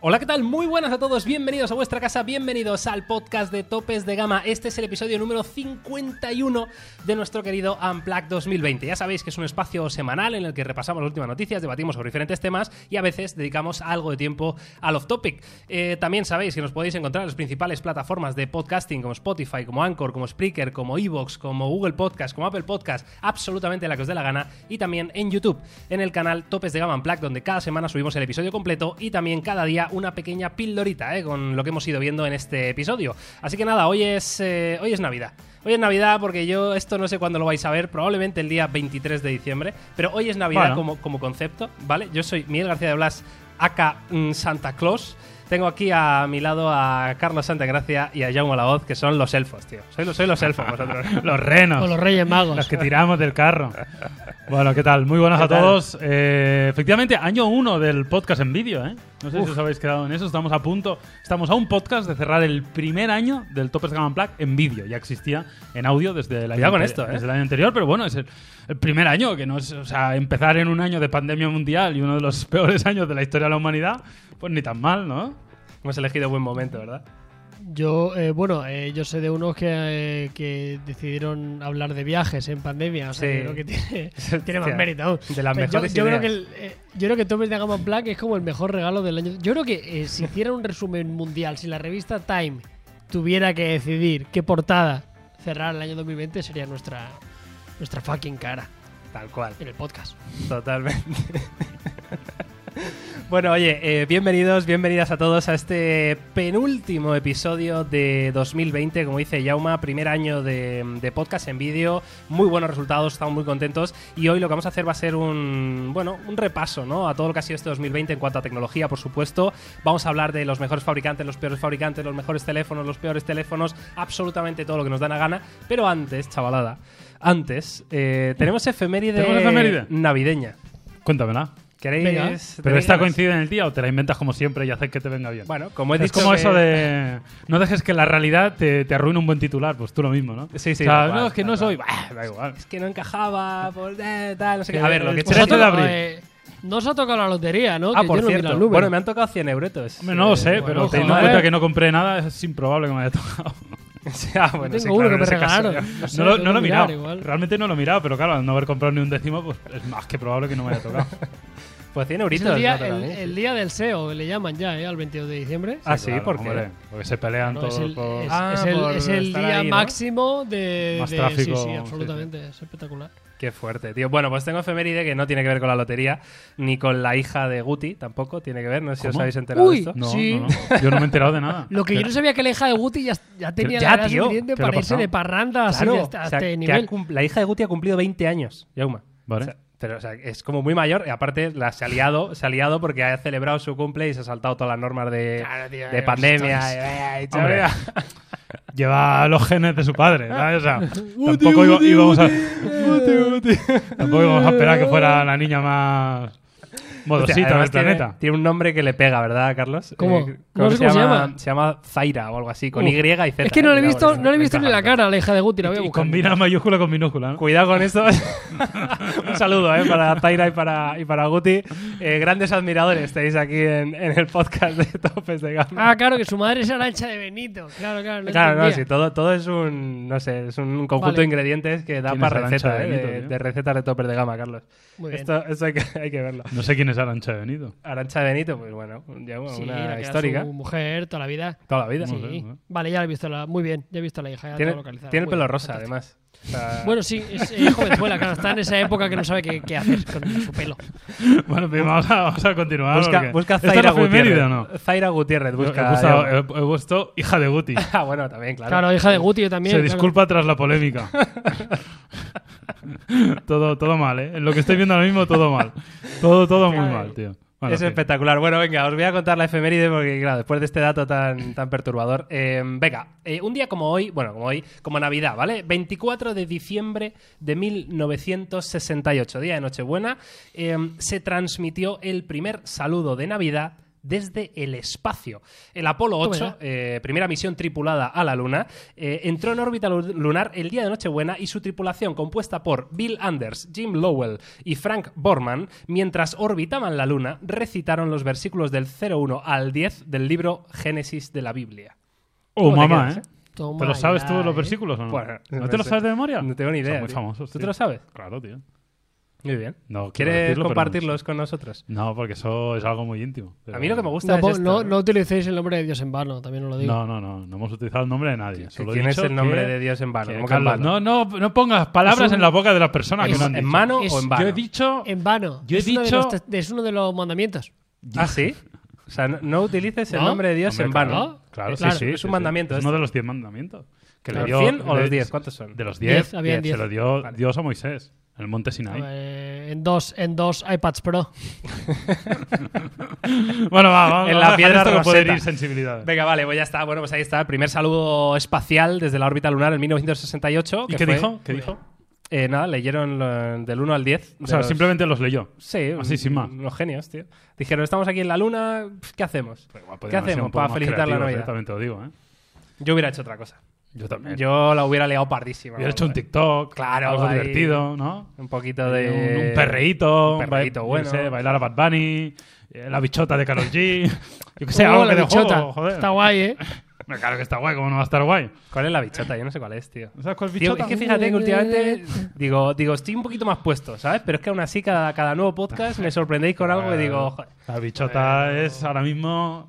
Hola, ¿qué tal? Muy buenas a todos, bienvenidos a vuestra casa, bienvenidos al podcast de Topes de Gama. Este es el episodio número 51 de nuestro querido Unplugged 2020. Ya sabéis que es un espacio semanal en el que repasamos las últimas noticias, debatimos sobre diferentes temas y a veces dedicamos algo de tiempo al off-topic. También sabéis que nos podéis encontrar en las principales plataformas de podcasting como Spotify, como Anchor, como Spreaker, como Evox, como Google Podcast, como Apple Podcast, absolutamente la que os dé la gana, y también en YouTube, en el canal Topes de Gama Unplugged, donde cada semana subimos el episodio completo y también cada día una pequeña pildorita con lo que hemos ido viendo en este episodio. Así que nada, hoy es Navidad. Hoy es Navidad porque yo esto no sé cuándo lo vais a ver, probablemente el día 23 de diciembre, pero hoy es Navidad como concepto, ¿vale? Yo soy Miguel García de Blas, aka Santa Claus. Tengo aquí a mi lado a Carlos Santagracia y a Jaume La Voz, que son los elfos, tío. Soy los elfos vosotros. Los renos. O los Reyes Magos. Los que tiramos del carro. Bueno, ¿qué tal? Muy buenas a todos. Efectivamente, año 1 del podcast en vídeo, ¿eh? No sé si os habéis quedado en eso. Estamos a un podcast de cerrar el primer año del Topes de Gama Unplugged en vídeo. Ya existía en audio desde el año, desde el año anterior, pero bueno, es el primer año, que no es, o sea, empezar en un año de pandemia mundial y uno de los peores años de la historia de la humanidad, pues ni tan mal, ¿no? Hemos elegido buen momento, ¿verdad? Yo sé de unos que decidieron hablar de viajes en pandemia. O sea, yo creo que tiene más mérito aún. De las mejores ideas. Yo creo que Topes de Gama Unplugged es como el mejor regalo del año. Yo creo que si hiciera un resumen mundial, si la revista Time tuviera que decidir qué portada cerrar el año 2020, sería nuestra fucking cara. Tal cual. En el podcast. Totalmente. Bueno, oye, bienvenidas a todos a este penúltimo episodio de 2020, como dice Jauma, primer año de podcast en vídeo, muy buenos resultados, estamos muy contentos y hoy lo que vamos a hacer va a ser un repaso, ¿no? A todo lo que ha sido este 2020 en cuanto a tecnología, por supuesto. Vamos a hablar de los mejores fabricantes, los peores fabricantes, los mejores teléfonos, los peores teléfonos, absolutamente todo lo que nos da la gana, pero antes, chavalada, tenemos efeméride navideña. Cuéntamela. ¿Queréis? ¿Pero esta coincide en el día o te la inventas como siempre y haces que te venga bien? Bueno, como he dicho. Es como eso de. No dejes que la realidad te arruine un buen titular, pues tú lo mismo, ¿no? Sí. O sea, igual, no, es que no soy. Da igual. Es que no encajaba, pues tal, no sé qué. A ver, lo que he pues hecho de abril. No os ha tocado la lotería, ¿no? Ah, por cierto. Bueno, me han tocado 100 euros. Hombre, no lo sé, pero teniendo en cuenta que no compré nada, es improbable que me haya tocado. Bueno, tengo uno que me regalaron. No lo he mirado. Igual. Realmente no lo he mirado, pero claro, al no haber comprado ni un décimo, pues es más que probable que no me haya tocado. Pues 100 euritos. Es el día del SEO, le llaman ya, al 22 de diciembre. Sí, claro, ¿por qué? Porque se pelean todos por... Es el día ahí, máximo de... Más tráfico. Sí, absolutamente. Es espectacular. Qué fuerte, tío. Bueno, pues tengo efeméride que no tiene que ver con la lotería, ni con la hija de Guti, tampoco tiene que ver. No sé si os habéis enterado de esto. No. Yo no me he enterado de nada. Lo que yo no sabía que la hija de Guti ya tenía la edad suficiente para irse de parranda hasta este nivel. La hija de Guti ha cumplido 20 años, Jauma. Vale. Pero es como muy mayor y aparte se ha liado porque ha celebrado su cumple y se ha saltado todas las normas de pandemia. Lleva los genes de su padre, ¿sabes? O sea, tampoco íbamos a esperar que fuera la niña más modosita del planeta. Tiene un nombre que le pega, ¿verdad, Carlos? ¿Cómo? ¿Cómo se llama? Se llama Zaira o algo así, con Y y Z. Es que no le he visto ni la cara a la hija de Guti, la voy a buscar. Combina mayúscula con minúscula, ¿no? Cuidado con esto. Un saludo para Zaira y para Guti. Grandes admiradores tenéis aquí en el podcast de Topes de Gama. Ah, claro, que su madre es Arantxa de Benito. Claro, sí, todo es un conjunto de ingredientes que da para recetas de recetas de Topes de Gama, Carlos. Muy bien. Esto hay que verlo. No sé quién es Arantxa de Benito. Arantxa de Benito, pues bueno, ya una que histórica. Era su mujer toda la vida. Toda la vida. Sí. Vale, ya la he visto. Muy bien, ya he visto a la hija. Ya tiene localizada. Tiene el pelo rosa, además. O sea... Bueno, sí, es jovenzuela, claro. Está en esa época que no sabe qué hacer con su pelo. Bueno, pero vamos a continuar. Busca Zaira Gutiérrez. ¿O no? Zaira Gutiérrez, he puesto hija de Guti. Bueno, también, claro. Claro, hija de Guti, yo también. Se disculpa tras la polémica. todo mal, ¿eh? En lo que estoy viendo ahora mismo, todo mal. Todo muy mal, tío. Bueno, es espectacular. Bueno, venga, os voy a contar la efeméride porque, claro, después de este dato tan perturbador. Un día como hoy, como Navidad, ¿vale? 24 de diciembre de 1968, día de Nochebuena, se transmitió el primer saludo de Navidad desde el espacio. El Apolo 8, primera misión tripulada a la Luna, entró en órbita lunar el día de Nochebuena y su tripulación, compuesta por Bill Anders, Jim Lowell y Frank Borman, mientras orbitaban la Luna, recitaron los versículos del 01 al 10 del libro Génesis de la Biblia. Oh, mamá, quedas, Toma ¿Pero sabes ya, tú los versículos o no? Bueno, ¿No te los sabes de memoria? No tengo ni idea. Son muy tío. famosos, ¿Tú tío. te lo sabes? Claro, tío. Muy bien. No, quiero ¿Quieres decirlo, pero compartirlos con nosotros? No, porque eso es algo muy íntimo. Pero- A mí lo que me gusta No, es esto. no utilicéis el nombre de Dios en vano, también os lo digo. No hemos utilizado el nombre de nadie. Solo he ¿Quién es dicho el nombre que- de Dios en vano? que ¿Cómo que en Carlos, vano? no pongas palabras Es un- en la boca de las personas que es- no han ¿En dicho. mano Es- o en vano? Yo he dicho... En vano. Yo he es uno dicho- es uno de los mandamientos. ¿Ah, sí? O sea, no utilices el ¿No? nombre de Dios Hombre, en vano. claro, claro, Claro, sí, es un mandamiento Es uno este. de los 10 mandamientos. Que ¿Los le dio, 100 o los le- 10? ¿Cuántos son? De los 10, 10, habían 10. se lo dio Vale. Dios a Moisés, en el monte Sinai. En dos iPads Pro. Bueno, vamos En a la dejar piedra esto que puede roseta. herir sensibilidades. Venga, vale, pues ya está. Bueno, pues ahí está. El primer saludo espacial desde la órbita lunar en 1968. ¿Y que qué fue- dijo? ¿Qué dijo? Nada, leyeron del 1 al 10. O sea, de los- simplemente los leyó. Sí, así, sin más. Los genios, tío. Dijeron, estamos aquí en la luna, ¿qué hacemos? Pero igual ¿Qué podrían haber sido hacemos un poco para más felicitar la creativos, Navidad? También te lo digo, ¿eh? Yo hubiera hecho otra cosa. Yo también. Yo la hubiera liado pardísima. Hubiera hecho un vamos, ¿eh? TikTok, Claro, algo ahí- divertido, ¿no? Un poquito de... Un perreíto, Un perreíto, yo bueno. qué sé, bailar a Bad Bunny, la bichota de Karol G. Yo que sé, Oh, algo la que de bichota. juego, joder. Está guay, ¿eh? Claro que está guay, ¿cómo no va a estar guay? ¿Cuál es la bichota? Yo no sé cuál es, tío. ¿Sabes cuál es Tío, bichota? es que fíjate que últimamente digo, estoy un poquito más puesto, ¿sabes? Pero es que aún así cada nuevo podcast me sorprendéis con algo que digo, joder. La bichota es ahora mismo...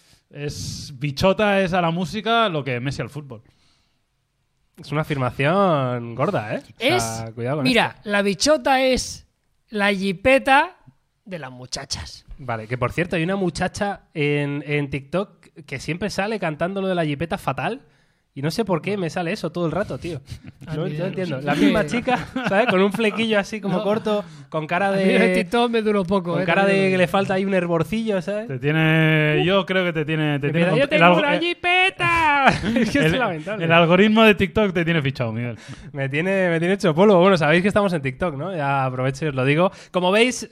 Bichota es a la música lo que Messi al fútbol. Es una afirmación gorda, ¿eh? O sea, cuidado con Mira, esto. la bichota es la jipeta de las muchachas. Vale, que por cierto, hay una muchacha en TikTok que siempre sale cantando lo de la jipeta fatal. Y no sé por qué me sale eso todo el rato, tío. No entiendo. La misma chica, ¿sabes? Con un flequillo así como No. corto, con cara A mí el de... TikTok me duró poco. Con cara de también. que le falta ahí un hervorcillo, ¿sabes? Yo creo que te tiene... Mira, yo tengo una jipeta. Es que es lamentable. el algoritmo de TikTok te tiene fichado, Miguel. Me tiene hecho polvo. Bueno, sabéis que estamos en TikTok, ¿no? Ya aprovecho y os lo digo. Como veis,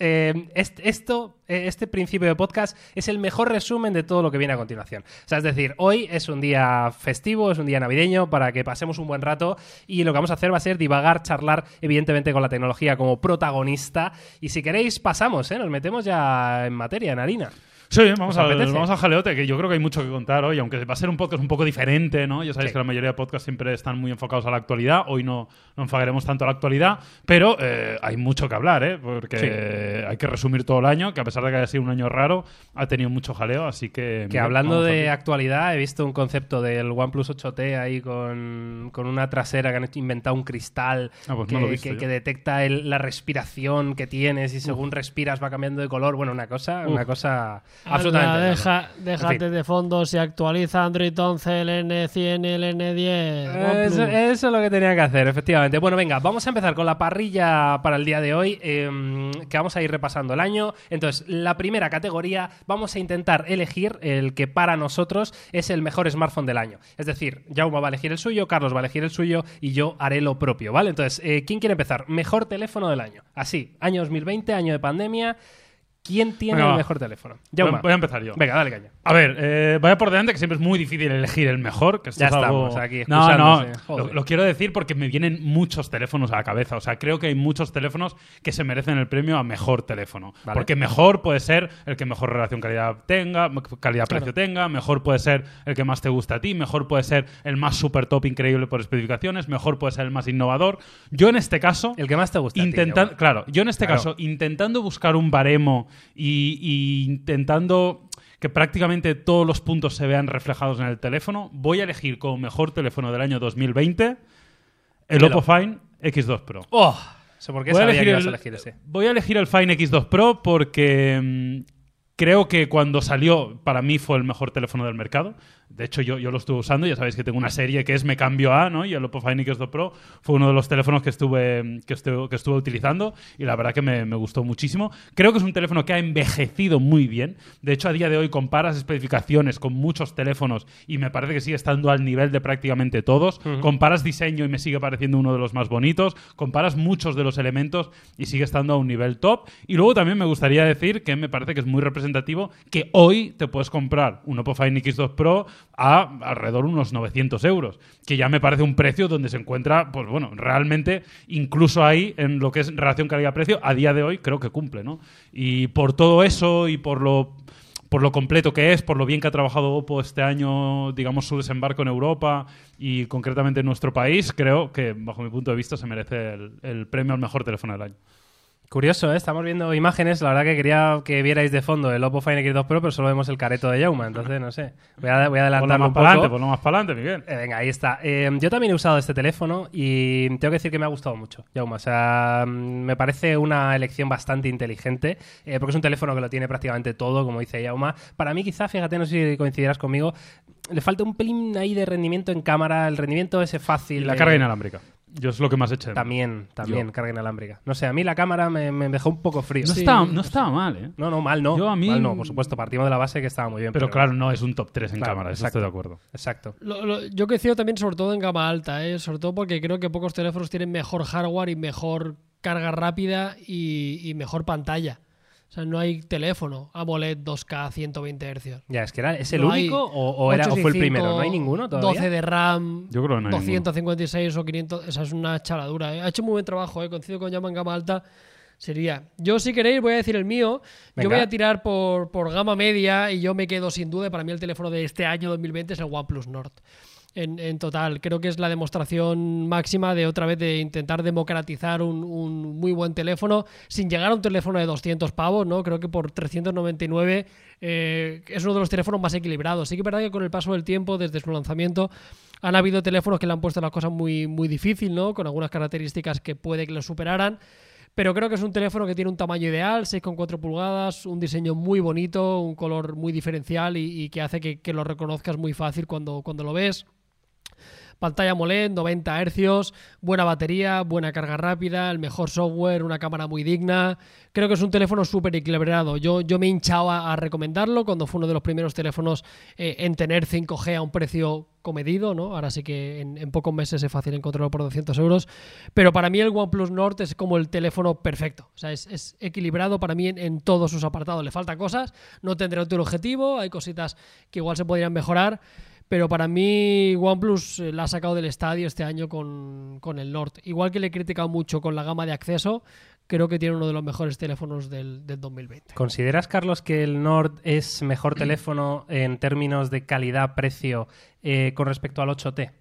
este principio de podcast es el mejor resumen de todo lo que viene a continuación. O sea, es decir, hoy es un día festivo, es un día navideño para que pasemos un buen rato y lo que vamos a hacer va a ser divagar, charlar, evidentemente con la tecnología como protagonista. Y si queréis, pasamos, ¿eh? Nos metemos ya en materia, en harina. Sí, vamos ¿Os apetece? al jaleote, que yo creo que hay mucho que contar hoy, aunque va a ser un podcast un poco diferente, ¿no? Ya sabéis Sí. que la mayoría de podcasts siempre están muy enfocados a la actualidad. Hoy no enfocaremos tanto a la actualidad, pero hay mucho que hablar, ¿eh? Porque hay que resumir todo el año, que a pesar de que haya sido un año raro, ha tenido mucho jaleo, así que... Que mira, hablando vamos a de ver. actualidad, he visto un concepto del OnePlus 8T ahí con una trasera que han inventado un cristal Ah, pues que, no lo he visto yo. que detecta la respiración que tienes y según respiras va cambiando de color. Bueno, una cosa absolutamente. Anda, loca. déjate En fin. de fondo. Se actualiza Android 11, el N100, el N10. OnePlus. Eso es lo que tenía que hacer, efectivamente. Bueno, venga, vamos a empezar con la parrilla para el día de hoy, que vamos a ir repasando el año. Entonces, la primera categoría, vamos a intentar elegir el que para nosotros es el mejor smartphone del año. Es decir, Jaume va a elegir el suyo, Carlos va a elegir el suyo y yo haré lo propio, ¿vale? Entonces, ¿quién quiere empezar? Mejor teléfono del año. Así, año 2020, año de pandemia. ¿Quién tiene Venga, el va. mejor teléfono? Jaume. Voy a empezar yo. Venga, dale caña. A ver, vaya por delante que siempre es muy difícil elegir el mejor. Que esto Ya es algo- estamos aquí No, excusándose. Joder. lo quiero decir porque me vienen muchos teléfonos a la cabeza. O sea, creo que hay muchos teléfonos que se merecen el premio a mejor teléfono. Vale. Porque mejor puede ser el que mejor relación calidad-precio tenga, mejor puede ser el que más te gusta a ti, mejor puede ser el más super top increíble por especificaciones, mejor puede ser el más innovador. Yo en este caso... El que más te gusta. a ti, Jaume. Claro, yo en este Claro. caso, intentando buscar un baremo y intentando que prácticamente todos los puntos se vean reflejados en el teléfono, voy a elegir como mejor teléfono del año 2020 el Dímelo. Oppo Find X2 Pro. ¡Oh! Sé por qué Voy a sabía que elegir ibas a el- elegir ese. Voy a elegir el Find X2 Pro porque creo que cuando salió para mí fue el mejor teléfono del mercado. De hecho, yo lo estuve usando. Ya sabéis que tengo una serie que es Me Cambio A, ¿no? Y el Oppo Find X2 Pro fue uno de los teléfonos que estuve utilizando y la verdad que me gustó muchísimo. Creo que es un teléfono que ha envejecido muy bien. De hecho, a día de hoy comparas especificaciones con muchos teléfonos y me parece que sigue estando al nivel de prácticamente todos. Comparas diseño y me sigue pareciendo uno de los más bonitos. Comparas muchos de los elementos y sigue estando a un nivel top. Y luego también me gustaría decir que me parece que es muy representativo que hoy te puedes comprar un Oppo Find X2 Pro a alrededor de unos 900 euros, que ya me parece un precio donde se encuentra, pues bueno, realmente incluso ahí en lo que es relación calidad-precio, a día de hoy creo que cumple, ¿no? Y por todo eso y por lo completo que es, por lo bien que ha trabajado Oppo este año, digamos, su desembarco en Europa y concretamente en nuestro país, creo que, bajo mi punto de vista, se merece el premio al mejor teléfono del año. Curioso, ¿eh? Estamos viendo imágenes. La verdad que quería que vierais de fondo el Oppo Find X2 Pro, pero solo vemos el careto de Jaume, entonces no sé. Voy a adelantarlo un poco. Ponlo más para adelante, Miguel. Venga, ahí está. Yo también he usado este teléfono y tengo que decir que me ha gustado mucho, Jaume. O sea, me parece una elección bastante inteligente, porque es un teléfono que lo tiene prácticamente todo, como dice Jaume. Para mí, quizá, fíjate, no sé si coincidirás conmigo, le falta un pelín ahí de rendimiento en cámara, el rendimiento ese fácil. Y la carga inalámbrica. Yo es lo que más eché. También, carga inalámbrica. No sé, a mí la cámara me dejó un poco frío. No estaba mal, ¿eh? No, mal no. Mal no, por supuesto. Partimos de la base que estaba muy bien. Pero claro, no es un top 3 en cámara, eso exacto, estoy de acuerdo. Exacto. Yo coincido también sobre todo en gama alta, sobre todo porque creo que pocos teléfonos tienen mejor hardware y mejor carga rápida y mejor pantalla. O sea, no hay teléfono AMOLED 2K 120 Hz. Ya, es que ¿es el único o fue el primero? ¿No hay ninguno todavía? 12 de RAM, yo creo que no hay 256 ninguno. O 500. Esa es una chaladura. Ha hecho muy buen trabajo, coincido con Jaume en gama alta. Sería. Yo, si queréis, voy a decir el mío. Venga. Yo voy a tirar por gama media y yo me quedo sin duda. Para mí el teléfono de este año 2020 es el OnePlus Nord. En total, creo que es la demostración máxima de otra vez de intentar democratizar un muy buen teléfono sin llegar a un teléfono de 200 pavos, ¿no? Creo que por 399 es uno de los teléfonos más equilibrados. Sí que es verdad que con el paso del tiempo, desde su lanzamiento, han habido teléfonos que le han puesto las cosas muy, muy difícil, ¿no? Con algunas características que puede que lo superaran. Pero creo que es un teléfono que tiene un tamaño ideal, 6,4 pulgadas, un diseño muy bonito, un color muy diferencial y que hace que lo reconozcas muy fácil cuando lo ves. Pantalla AMOLED, 90 Hz, buena batería, buena carga rápida, el mejor software, una cámara muy digna. Creo que es un teléfono súper equilibrado. Yo me he hinchado a recomendarlo cuando fue uno de los primeros teléfonos en tener 5G a un precio comedido, ¿no? Ahora sí que en pocos meses es fácil encontrarlo por 200 euros. Pero para mí el OnePlus Nord es como el teléfono perfecto. O sea, es equilibrado para mí en todos sus apartados. Le faltan cosas, no tendrá otro objetivo, hay cositas que igual se podrían mejorar. Pero para mí OnePlus la ha sacado del estadio este año con el Nord. Igual que le he criticado mucho con la gama de acceso, creo que tiene uno de los mejores teléfonos del 2020. ¿Consideras, Carlos, que el Nord es mejor teléfono en términos de calidad-precio con respecto al 8T?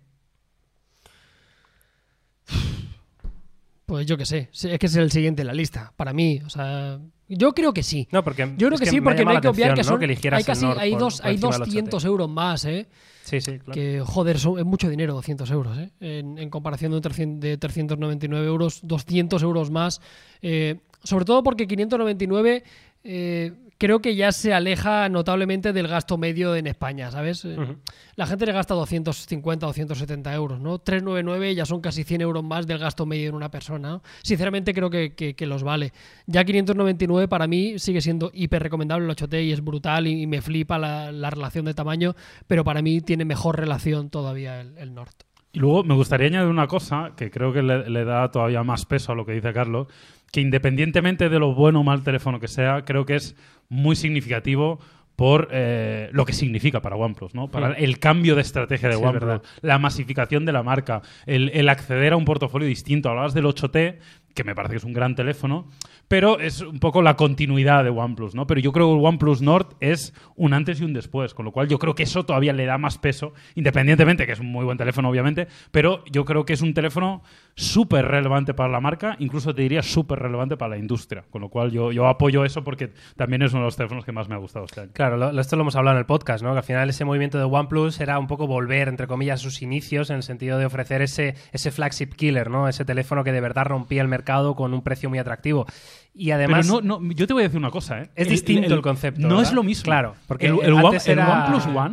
Pues yo qué sé, es que es el siguiente en la lista, para mí, o sea, yo creo que sí. No, porque yo creo que sí, porque no hay que obviar que son, ¿no? hay 200 euros más, Sí, claro. Que, joder, es mucho dinero, 200 euros, en comparación de 399 euros, 200 euros más, sobre todo porque 599 creo que ya se aleja notablemente del gasto medio en España, ¿sabes? La gente le gasta 250 o 270 euros, ¿no? 399 ya son casi 100 euros más del gasto medio en una persona, ¿no? Sinceramente creo que los vale. Ya 599 para mí sigue siendo hiper recomendable el 8T y es brutal y me flipa la relación de tamaño, pero para mí tiene mejor relación todavía el Nord. Y luego me gustaría añadir una cosa que creo que le da todavía más peso a lo que dice Carlos, que independientemente de lo bueno o mal teléfono que sea, creo que es muy significativo por lo que significa para OnePlus, ¿no? Para el cambio de estrategia de OnePlus, verdad. la masificación de la marca, el acceder a un portafolio distinto. Hablabas del 8T, que me parece que es un gran teléfono, pero es un poco la continuidad de OnePlus, ¿no? Pero yo creo que el OnePlus Nord es un antes y un después, con lo cual yo creo que eso todavía le da más peso, independientemente que es un muy buen teléfono, obviamente, pero yo creo que es un teléfono súper relevante para la marca, incluso te diría súper relevante para la industria, con lo cual yo apoyo eso porque también es uno de los teléfonos que más me ha gustado este año. Claro, esto lo hemos hablado en el podcast, ¿no? Que al final ese movimiento de OnePlus era un poco volver, entre comillas, a sus inicios en el sentido de ofrecer ese flagship killer, ¿no? Ese teléfono que de verdad rompía el mercado con un precio muy atractivo. Y además... Pero no, yo te voy a decir una cosa, ¿eh? Es distinto el concepto, No ¿verdad? es lo mismo. Claro, porque el OnePlus One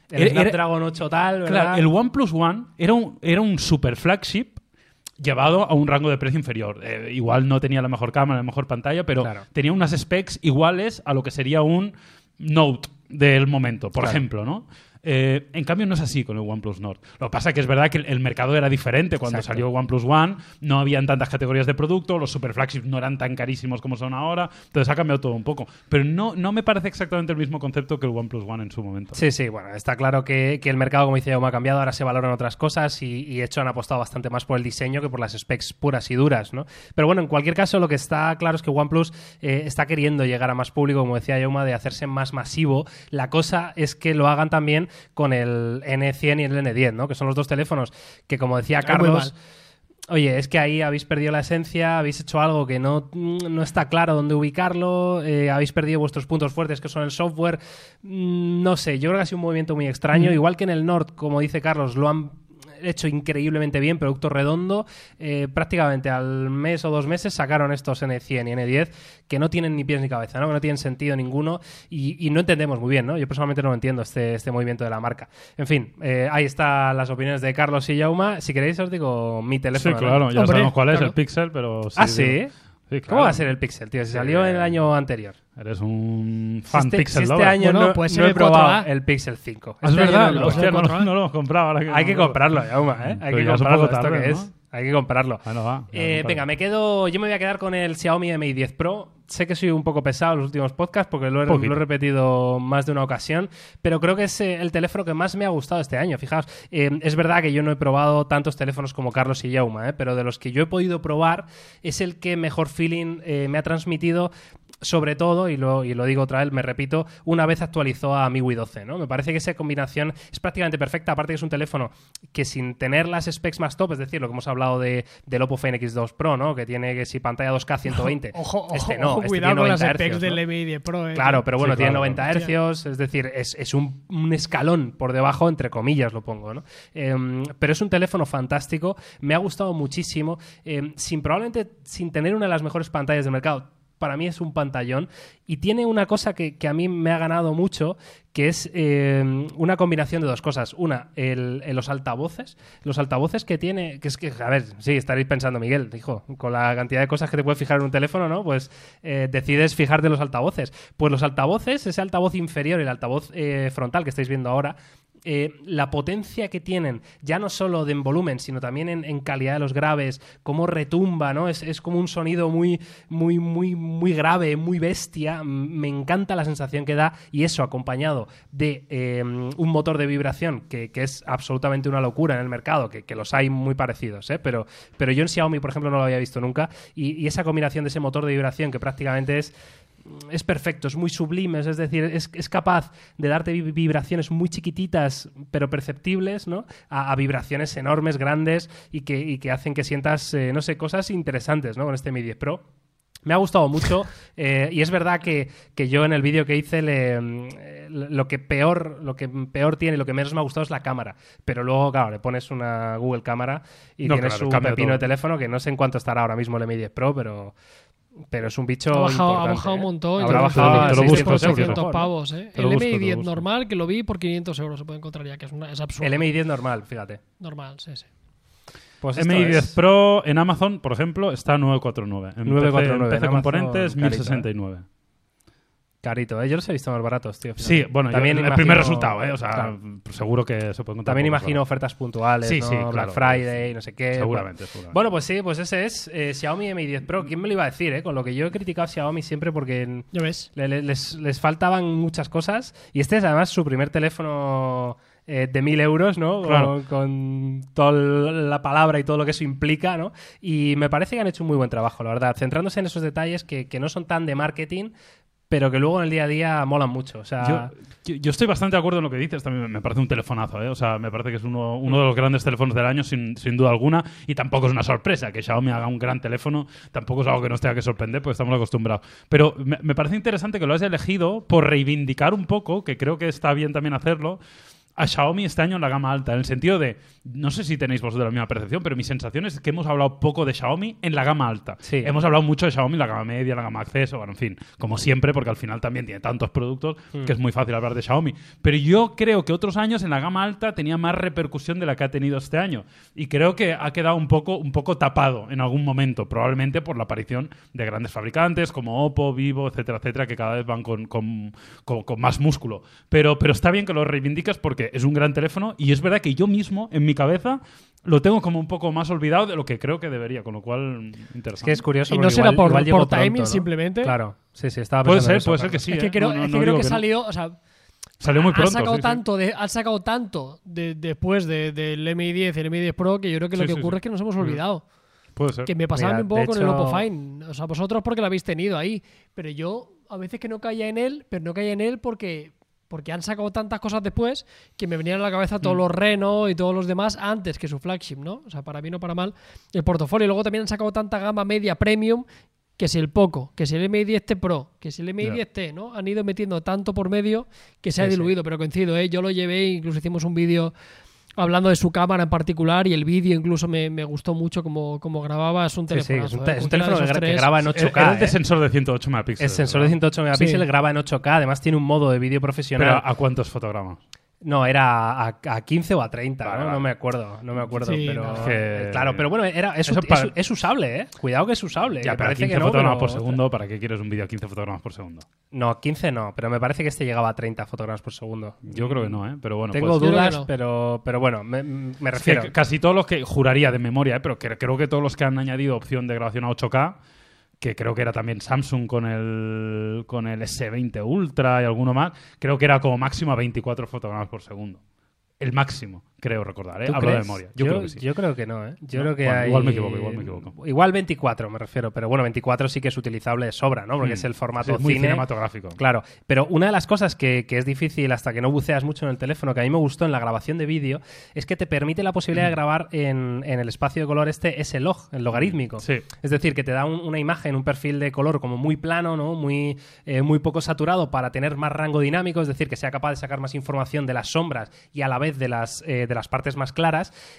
el Snapdragon 8 tal, ¿verdad? Claro, el OnePlus One era un super flagship llevado a un rango de precio inferior. Igual no tenía la mejor cámara, la mejor pantalla, pero tenía unas specs iguales a lo que sería un Note del momento, por ejemplo, ¿no? En cambio no es así con el OnePlus Nord. Lo que pasa es que es verdad que el mercado era diferente cuando salió OnePlus One, no habían tantas categorías de producto, los super flagships no eran tan carísimos como son ahora, entonces ha cambiado todo un poco. Pero no me parece exactamente el mismo concepto que el OnePlus One en su momento. Sí, bueno, está claro que el mercado, como dice Jaume, ha cambiado, ahora se valoran otras cosas y de hecho han apostado bastante más por el diseño que por las specs puras y duras, ¿no? Pero bueno, en cualquier caso, lo que está claro es que OnePlus está queriendo llegar a más público, como decía Jaume, de hacerse más masivo. La cosa es que lo hagan también con el N100 y el N10, ¿no? Que son los dos teléfonos que, como decía Carlos, oye, es que ahí habéis perdido la esencia, habéis hecho algo que no está claro dónde ubicarlo, habéis perdido vuestros puntos fuertes, que son el software. No sé, yo creo que ha sido un movimiento muy extraño. Igual que en el Nord, como dice Carlos, lo han hecho increíblemente bien, producto redondo. Prácticamente al mes o 2 meses sacaron estos N100 y N10 que no tienen ni pies ni cabeza, ¿no? Que no tienen sentido ninguno y no entendemos muy bien, ¿no? Yo personalmente no entiendo este movimiento de la marca. En fin, ahí están las opiniones de Carlos y Jaume. Si queréis os digo mi teléfono. Sí, claro, ya sabemos cuál es, el Pixel, pero... Sí, ¿Ah, sí? Sí, claro. ¿Cómo va a ser el Pixel, tío? Si salió en el año anterior. Eres un fan Si Pixel este lover. año Bueno, no puede ser he el probado 4A. el Pixel 5. Es verdad, hostia, no ¿4A? lo hemos comprado. Ahora Hay que comprarlo, Jaume, ¿eh? Hay Pero que ya es un comprarlo, poco ¿esto tarde, qué ¿no? es? Hay que comprarlo. Bueno, va. Venga, yo me voy a quedar con el Xiaomi Mi 10 Pro. Sé que soy un poco pesado en los últimos podcasts porque lo he repetido más de una ocasión, pero creo que es el teléfono que más me ha gustado este año. Fijaos, es verdad que yo no he probado tantos teléfonos como Carlos y Jaume, pero de los que yo he podido probar es el que mejor feeling me ha transmitido. Sobre todo, y lo digo otra vez, me repito, una vez actualizó a MIUI 12, ¿no? Me parece que esa combinación es prácticamente perfecta, aparte que es un teléfono que sin tener las specs más top, es decir, lo que hemos hablado del Oppo Find X2 Pro, ¿no? Que tiene que si pantalla 2K 120. Ojo, no, cuidado tiene con 90 las specs hercios, ¿no? del Mi 10 Pro. Claro, pero bueno, Sí, tiene claro, 90 hercios, es decir, es un escalón por debajo, entre comillas lo pongo, ¿no? Pero es un teléfono fantástico, me ha gustado muchísimo, probablemente sin tener una de las mejores pantallas del mercado. Para mí es un pantallón y tiene una cosa que a mí me ha ganado mucho, que es una combinación de dos cosas. Una, los altavoces. Los altavoces que tiene... Que es que, a ver, sí, estaréis pensando, Miguel, hijo, con la cantidad de cosas que te puedes fijar en un teléfono, ¿no? Pues decides fijarte en los altavoces. Pues los altavoces, ese altavoz inferior y el altavoz frontal que estáis viendo ahora, la potencia que tienen, ya no solo en volumen, sino también en calidad de los graves, cómo retumba, ¿no? Es como un sonido muy, muy, muy, muy grave, muy bestia. Me encanta la sensación que da, y eso acompañado de un motor de vibración que es absolutamente una locura en el mercado, que los hay muy parecidos, pero yo en Xiaomi, por ejemplo, no lo había visto nunca, y esa combinación de ese motor de vibración que prácticamente es perfecto, es muy sublime, es decir, es capaz de darte vibraciones muy chiquititas pero perceptibles, ¿no? A vibraciones enormes, grandes y que hacen que sientas, no sé, cosas interesantes, ¿no? Con este Mi 10 Pro. Me ha gustado mucho y es verdad que yo en el vídeo que hice lo que peor tiene y lo que menos me ha gustado es la cámara. Pero luego, claro, le pones una Google Cámara y tienes un pepino de teléfono que no sé en cuánto estará ahora mismo el Mi 10 Pro, pero es un bicho importante. Ha bajado un montón. Habrá bajado a 600 pavos, ¿eh? Te lo El busco, Mi te 10 lo busco. normal, que lo vi por 500 euros se puede encontrar ya, que es absurdo. El Mi 10 normal, fíjate. Normal, sí. Pues esto Mi 10 es. Pro en Amazon, por ejemplo, está a 949. En 949, PC en componentes, Amazon, 1069. Carito, ¿eh? Yo los he visto más baratos, tío. Sí, bueno, también el primer resultado, ¿eh? O sea, claro. seguro que se puede encontrar. También por imagino ofertas puntuales, Sí, ¿no? sí, claro, Black Friday, no sé qué. Seguramente. Bueno, pues sí, pues ese es Xiaomi Mi 10 Pro. ¿Quién me lo iba a decir, eh? Con lo que yo he criticado a Xiaomi siempre porque ¿Ya ves? les faltaban muchas cosas. Y este es además su primer teléfono de 1.000 euros, ¿no? Claro. Con toda la palabra y todo lo que eso implica, ¿no? Y me parece que han hecho un muy buen trabajo, la verdad. Centrándose en esos detalles que no son tan de marketing, pero que luego en el día a día molan mucho. O sea, yo estoy bastante de acuerdo en lo que dices. También me parece un telefonazo, ¿eh? O sea, me parece que es uno de los grandes teléfonos del año, sin duda alguna. Y tampoco es una sorpresa que Xiaomi haga un gran teléfono. Tampoco es algo que nos tenga que sorprender, porque estamos acostumbrados. Pero me parece interesante que lo hayas elegido por reivindicar un poco, que creo que está bien también hacerlo, a Xiaomi este año en la gama alta, en el sentido de, no sé si tenéis vosotros la misma percepción, pero mi sensación es que hemos hablado poco de Xiaomi en la gama alta. Sí. Hemos hablado mucho de Xiaomi en la gama media, en la gama acceso, bueno, en fin, como siempre, porque al final también tiene tantos productos que es muy fácil hablar de Xiaomi. Pero yo creo que otros años en la gama alta tenía más repercusión de la que ha tenido este año. Y creo que ha quedado un poco tapado en algún momento, probablemente por la aparición de grandes fabricantes como Oppo, Vivo, etcétera, etcétera, que cada vez van con más músculo. Pero está bien que lo reivindicas porque es un gran teléfono y es verdad que yo mismo, en mi cabeza, lo tengo como un poco más olvidado de lo que creo que debería, con lo cual, interesante. Es que es curioso. Y no porque será igual llegó por timing pronto, ¿no? simplemente. Claro, sí, estaba Puede pensando en ser, eso, que Carlos. sí. Es que creo, No creo digo que no. salió, o sea, Salió muy pronto. han sacado tanto después del Mi 10 y el Mi 10 Pro que yo creo que lo que ocurre es que nos hemos olvidado. Puede ser. Que me pasaba Mira, un poco de con el hecho- Oppo Find. O sea, vosotros porque lo habéis tenido ahí. Pero yo a veces que no caía en él, pero no caía en él porque han sacado tantas cosas después que me venían a la cabeza todos los Reno y todos los demás antes que su flagship, ¿no? O sea, para bien o para mal, el portafolio. Y luego también han sacado tanta gama media premium que si el Poco, que si el Mi 10T Pro, que si el Mi 10T, ¿no? Han ido metiendo tanto por medio que se ha Sí, diluido. Pero coincido, ¿eh? Yo lo llevé, incluso hicimos un vídeo hablando de su cámara en particular y el vídeo incluso me gustó mucho como grababa. Es un Sí, teléfono. es un teléfono que graba en 8K. Era el de ¿eh? sensor de 108 megapíxeles. Es sensor de 108 megapíxeles, Sí. graba en 8K, además tiene un modo de vídeo profesional. Pero ¿a cuántos fotogramas? No, era a 15 o a 30, Vale, ¿no? vale. No me acuerdo, Sí, pero... no. Que- Claro, pero bueno, Eso para- es usable, ¿eh? Cuidado que es usable. Ya, Me pero parece 15 que no, fotogramas pero- por segundo, ¿para qué quieres un vídeo a 15 fotogramas por segundo? No, 15 no, pero me parece que este llegaba a 30 fotogramas por segundo. Yo creo que no, ¿eh? Pero bueno, Tengo pues- Yo creo que dudas, no. pero bueno, me Es que refiero... casi todos los que juraría de memoria, pero creo que todos los que han añadido opción de grabación a 8K, que creo que era también Samsung con el S20 Ultra y alguno más, creo que era como máximo a 24 fotogramas por segundo. El máximo, creo recordar, ¿eh? ¿Tú Hablo de crees? memoria. Yo creo que sí. Yo creo que no, ¿eh? Yo No, creo que bueno, hay... igual me equivoco. Igual 24 me refiero, pero bueno, 24 sí que es utilizable de sobra, ¿no? Porque es el formato Sí, es muy cine. cinematográfico. Claro, pero una de las cosas que es difícil hasta que no buceas mucho en el teléfono, que a mí me gustó en la grabación de vídeo, es que te permite la posibilidad de grabar en el espacio de color ese log, el logarítmico. Sí. Es decir, que te da una imagen, un perfil de color como muy plano, ¿no? Muy poco saturado para tener más rango dinámico, es decir, que sea capaz de sacar más información de las sombras y a la vez de las partes más claras,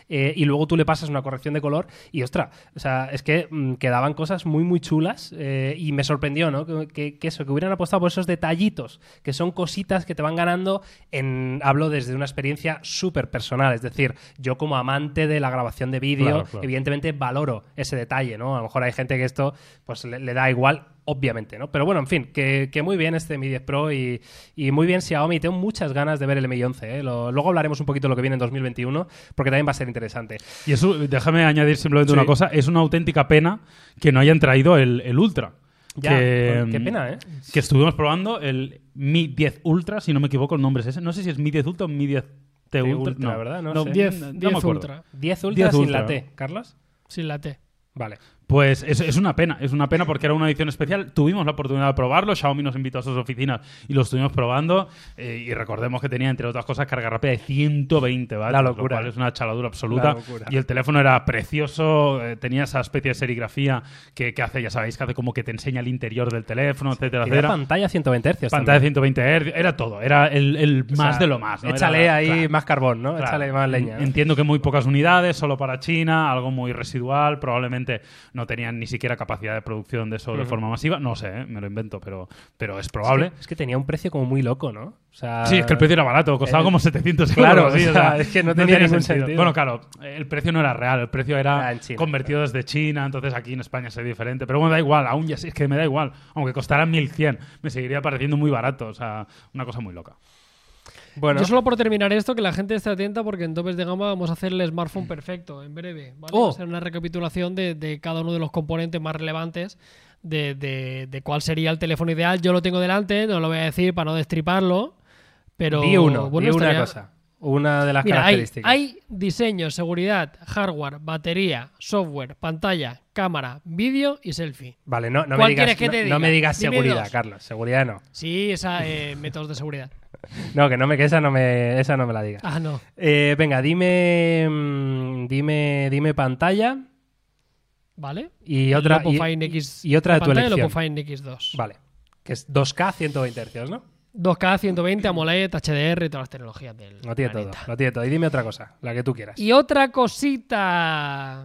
y luego tú le pasas una corrección de color y, ostras, o sea, es que quedaban cosas muy, muy chulas, y me sorprendió, ¿no? Que hubieran apostado por esos detallitos, que son cositas que te van ganando hablo desde una experiencia súper personal, es decir, yo como amante de la grabación de vídeo, Claro. evidentemente valoro ese detalle, ¿no? A lo mejor hay gente que esto pues le da igual, obviamente, ¿no? Pero bueno, en fin, que muy bien este Mi 10 Pro y muy bien Xiaomi. Tengo muchas ganas de ver el Mi 11, ¿eh? Luego hablaremos un poquito de lo que viene en 2021, porque también va a ser interesante. Y eso, déjame añadir simplemente Sí. una cosa, es una auténtica pena que no hayan traído el Ultra. Ya, qué pena, ¿eh? Que estuvimos probando el Mi 10 Ultra, si no me equivoco, el nombre es ese. No sé si es Mi 10 Ultra o Mi 10T Ultra. Ultra, no, ¿verdad? No sé. 10 me 10 acuerdo. Ultra, 10 Ultra 10 sin Ultra. la T, ¿Carlos? sin la T. Vale. Pues es una pena porque era una edición especial. Tuvimos la oportunidad de probarlo, Xiaomi nos invitó a sus oficinas y lo estuvimos probando, y recordemos que tenía, entre otras cosas, carga rápida de 120 vatios, La locura. lo cual es una chaladura absoluta. La locura. Y el teléfono era precioso, tenía esa especie de serigrafía que hace, ya sabéis, que hace como que te enseña el interior del teléfono, etcétera, Tiene etcétera. pantalla 120 Hz. Pantalla de 120 Hz, era todo, era el O más sea, de lo más, ¿no? Échale Era- ahí claro. más carbón, ¿no? Claro. Échale más leña, ¿no? Entiendo que muy pocas unidades, solo para China, algo muy residual, probablemente no tenían ni siquiera capacidad de producción de eso de forma masiva, no sé, me lo invento, pero es probable. Es que tenía un precio como muy loco, ¿no? O sea, Sí, es que el precio era barato, costaba como 700 claro, euros. así, o sea, es que no tenía ningún sentido. Bueno, claro, el precio no era real, el precio era En China, convertido desde China, entonces aquí en España sería diferente. Pero bueno, da igual, aún ya sí, es que me da igual. Aunque costara 1100, me seguiría pareciendo muy barato, o sea, una cosa muy loca. Bueno, Yo solo por terminar esto, que la gente esté atenta porque en Topes de Gama vamos a hacer el smartphone perfecto en breve. ¿vale? Oh. Va a ser una recapitulación de cada uno de los componentes más relevantes de cuál sería el teléfono ideal. Yo lo tengo delante, no lo voy a decir para no destriparlo, pero di uno, bueno, di una estaría- cosa. Una de las Mira, características. hay diseño, seguridad, hardware, batería, software, pantalla, cámara, vídeo y selfie. Vale, no me ¿Cuál digas, quieres que te no me diga? digas Dime seguridad, dos. Carlos. Seguridad no. Sí, esa métodos de seguridad. No, que esa no me la digas. Ah, no. Venga, dime pantalla ¿Vale? y otra El Oppo Find X, y otra de la tu pantalla del elección. Oppo Find X2. Vale, que es 2K 120 Hz, ¿no? 2K, 120, AMOLED, HDR y todas las tecnologías del Lo tiene todo, planeta. lo tiene todo. Y dime otra cosa, la que tú quieras. Y otra cosita.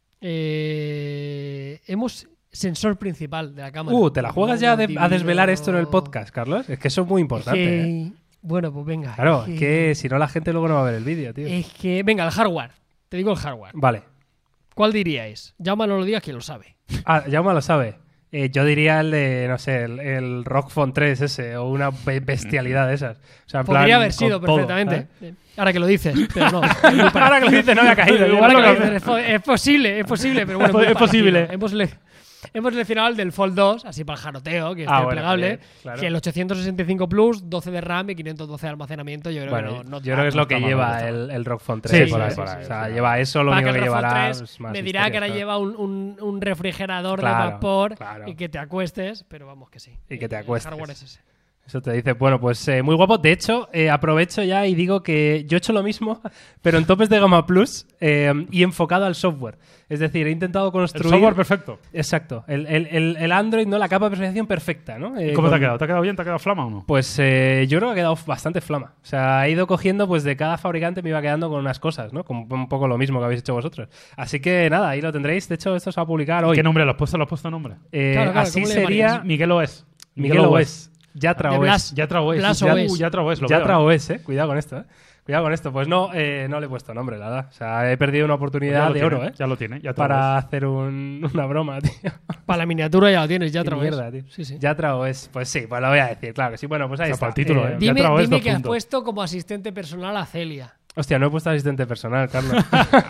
Hemos sensor principal de la cámara. ¿Te la juegas ya a desvelar esto en el podcast, Carlos? Es que eso es muy importante. ¿eh? Bueno, pues venga. Claro, es que si no la gente luego no va a ver el vídeo, tío. Es que, venga, el hardware. Te digo el hardware. Vale. ¿Cuál diríais? Llama, no lo digas, quien lo sabe. Jaume lo sabe. Yo diría el de, no sé, el Rock Phone 3 ese, o una bestialidad de esas. O sea, en Podría plan, haber sido con todo, perfectamente. ¿sabes? Ahora que lo dices, pero no. Ahora que lo dices, no me ha caído. Igual Igual que lo lo que- dices, es posible, pero bueno. muy Es posible. parecido. Hemos seleccionado el del Fold 2, así para el jaroteo, que es Bueno, plegable. bien, claro. Que el 865 Plus, 12 de RAM y 512 de almacenamiento, yo creo Bueno, que no yo creo que es lo que está mal, lleva no está el Rock Phone 3. Sí, por sí, ahí, sí, por sí, ahí. sí, O sea, sí. lleva eso, lo Para único que que el Rock Phone llevará 3 es más me dirá que ahora historias, lleva un refrigerador Claro, de vapor claro. y que te acuestes, pero vamos que sí. Y que te El acuestes. hardware es ese. Eso te dice, bueno, pues muy guapo. De hecho, aprovecho ya y digo que yo he hecho lo mismo, pero en topes de gama plus y enfocado al software. Es decir, he intentado El construir... software perfecto. Exacto. El Android, ¿no? La capa de personalización perfecta, ¿no? ¿Cómo te con- ha quedado? ¿Te ha quedado bien? ¿Te ha quedado flama o no? Pues yo creo que ha quedado bastante flama. O sea, he ido cogiendo, pues de cada fabricante me iba quedando con unas cosas, ¿no? Como un poco lo mismo que habéis hecho vosotros. Así que nada, ahí lo tendréis. De hecho, esto se va a publicar hoy. ¿Qué nombre le has puesto? ¿Le has puesto nombre? Claro, Así ¿cómo le sería llamarías? Miguel OS. Miguel OS. Yatra De OS. Blas. Yatra OS. Blas Ya- OS. Yatra OS, lo Yatra veo. OS, Cuidado con esto, Cuidado con esto. Pues no le he puesto nombre, la verdad. O sea, he perdido una Pues oportunidad ya lo de tiene, oro, Ya lo tiene. Yatra Para OS. hacer una broma, tío. Para la miniatura ya lo tienes, ya Qué otra vez. mierda, tío. Sí, sí. Yatra OS. Pues sí, pues lo voy a decir, claro que sí. Bueno, pues ahí O sea, está. para el título, ¿eh? Dime, Yatra OS, dime 2 que has puntos. puesto como asistente personal a Celia. Hostia, no he puesto asistente personal, Carlos.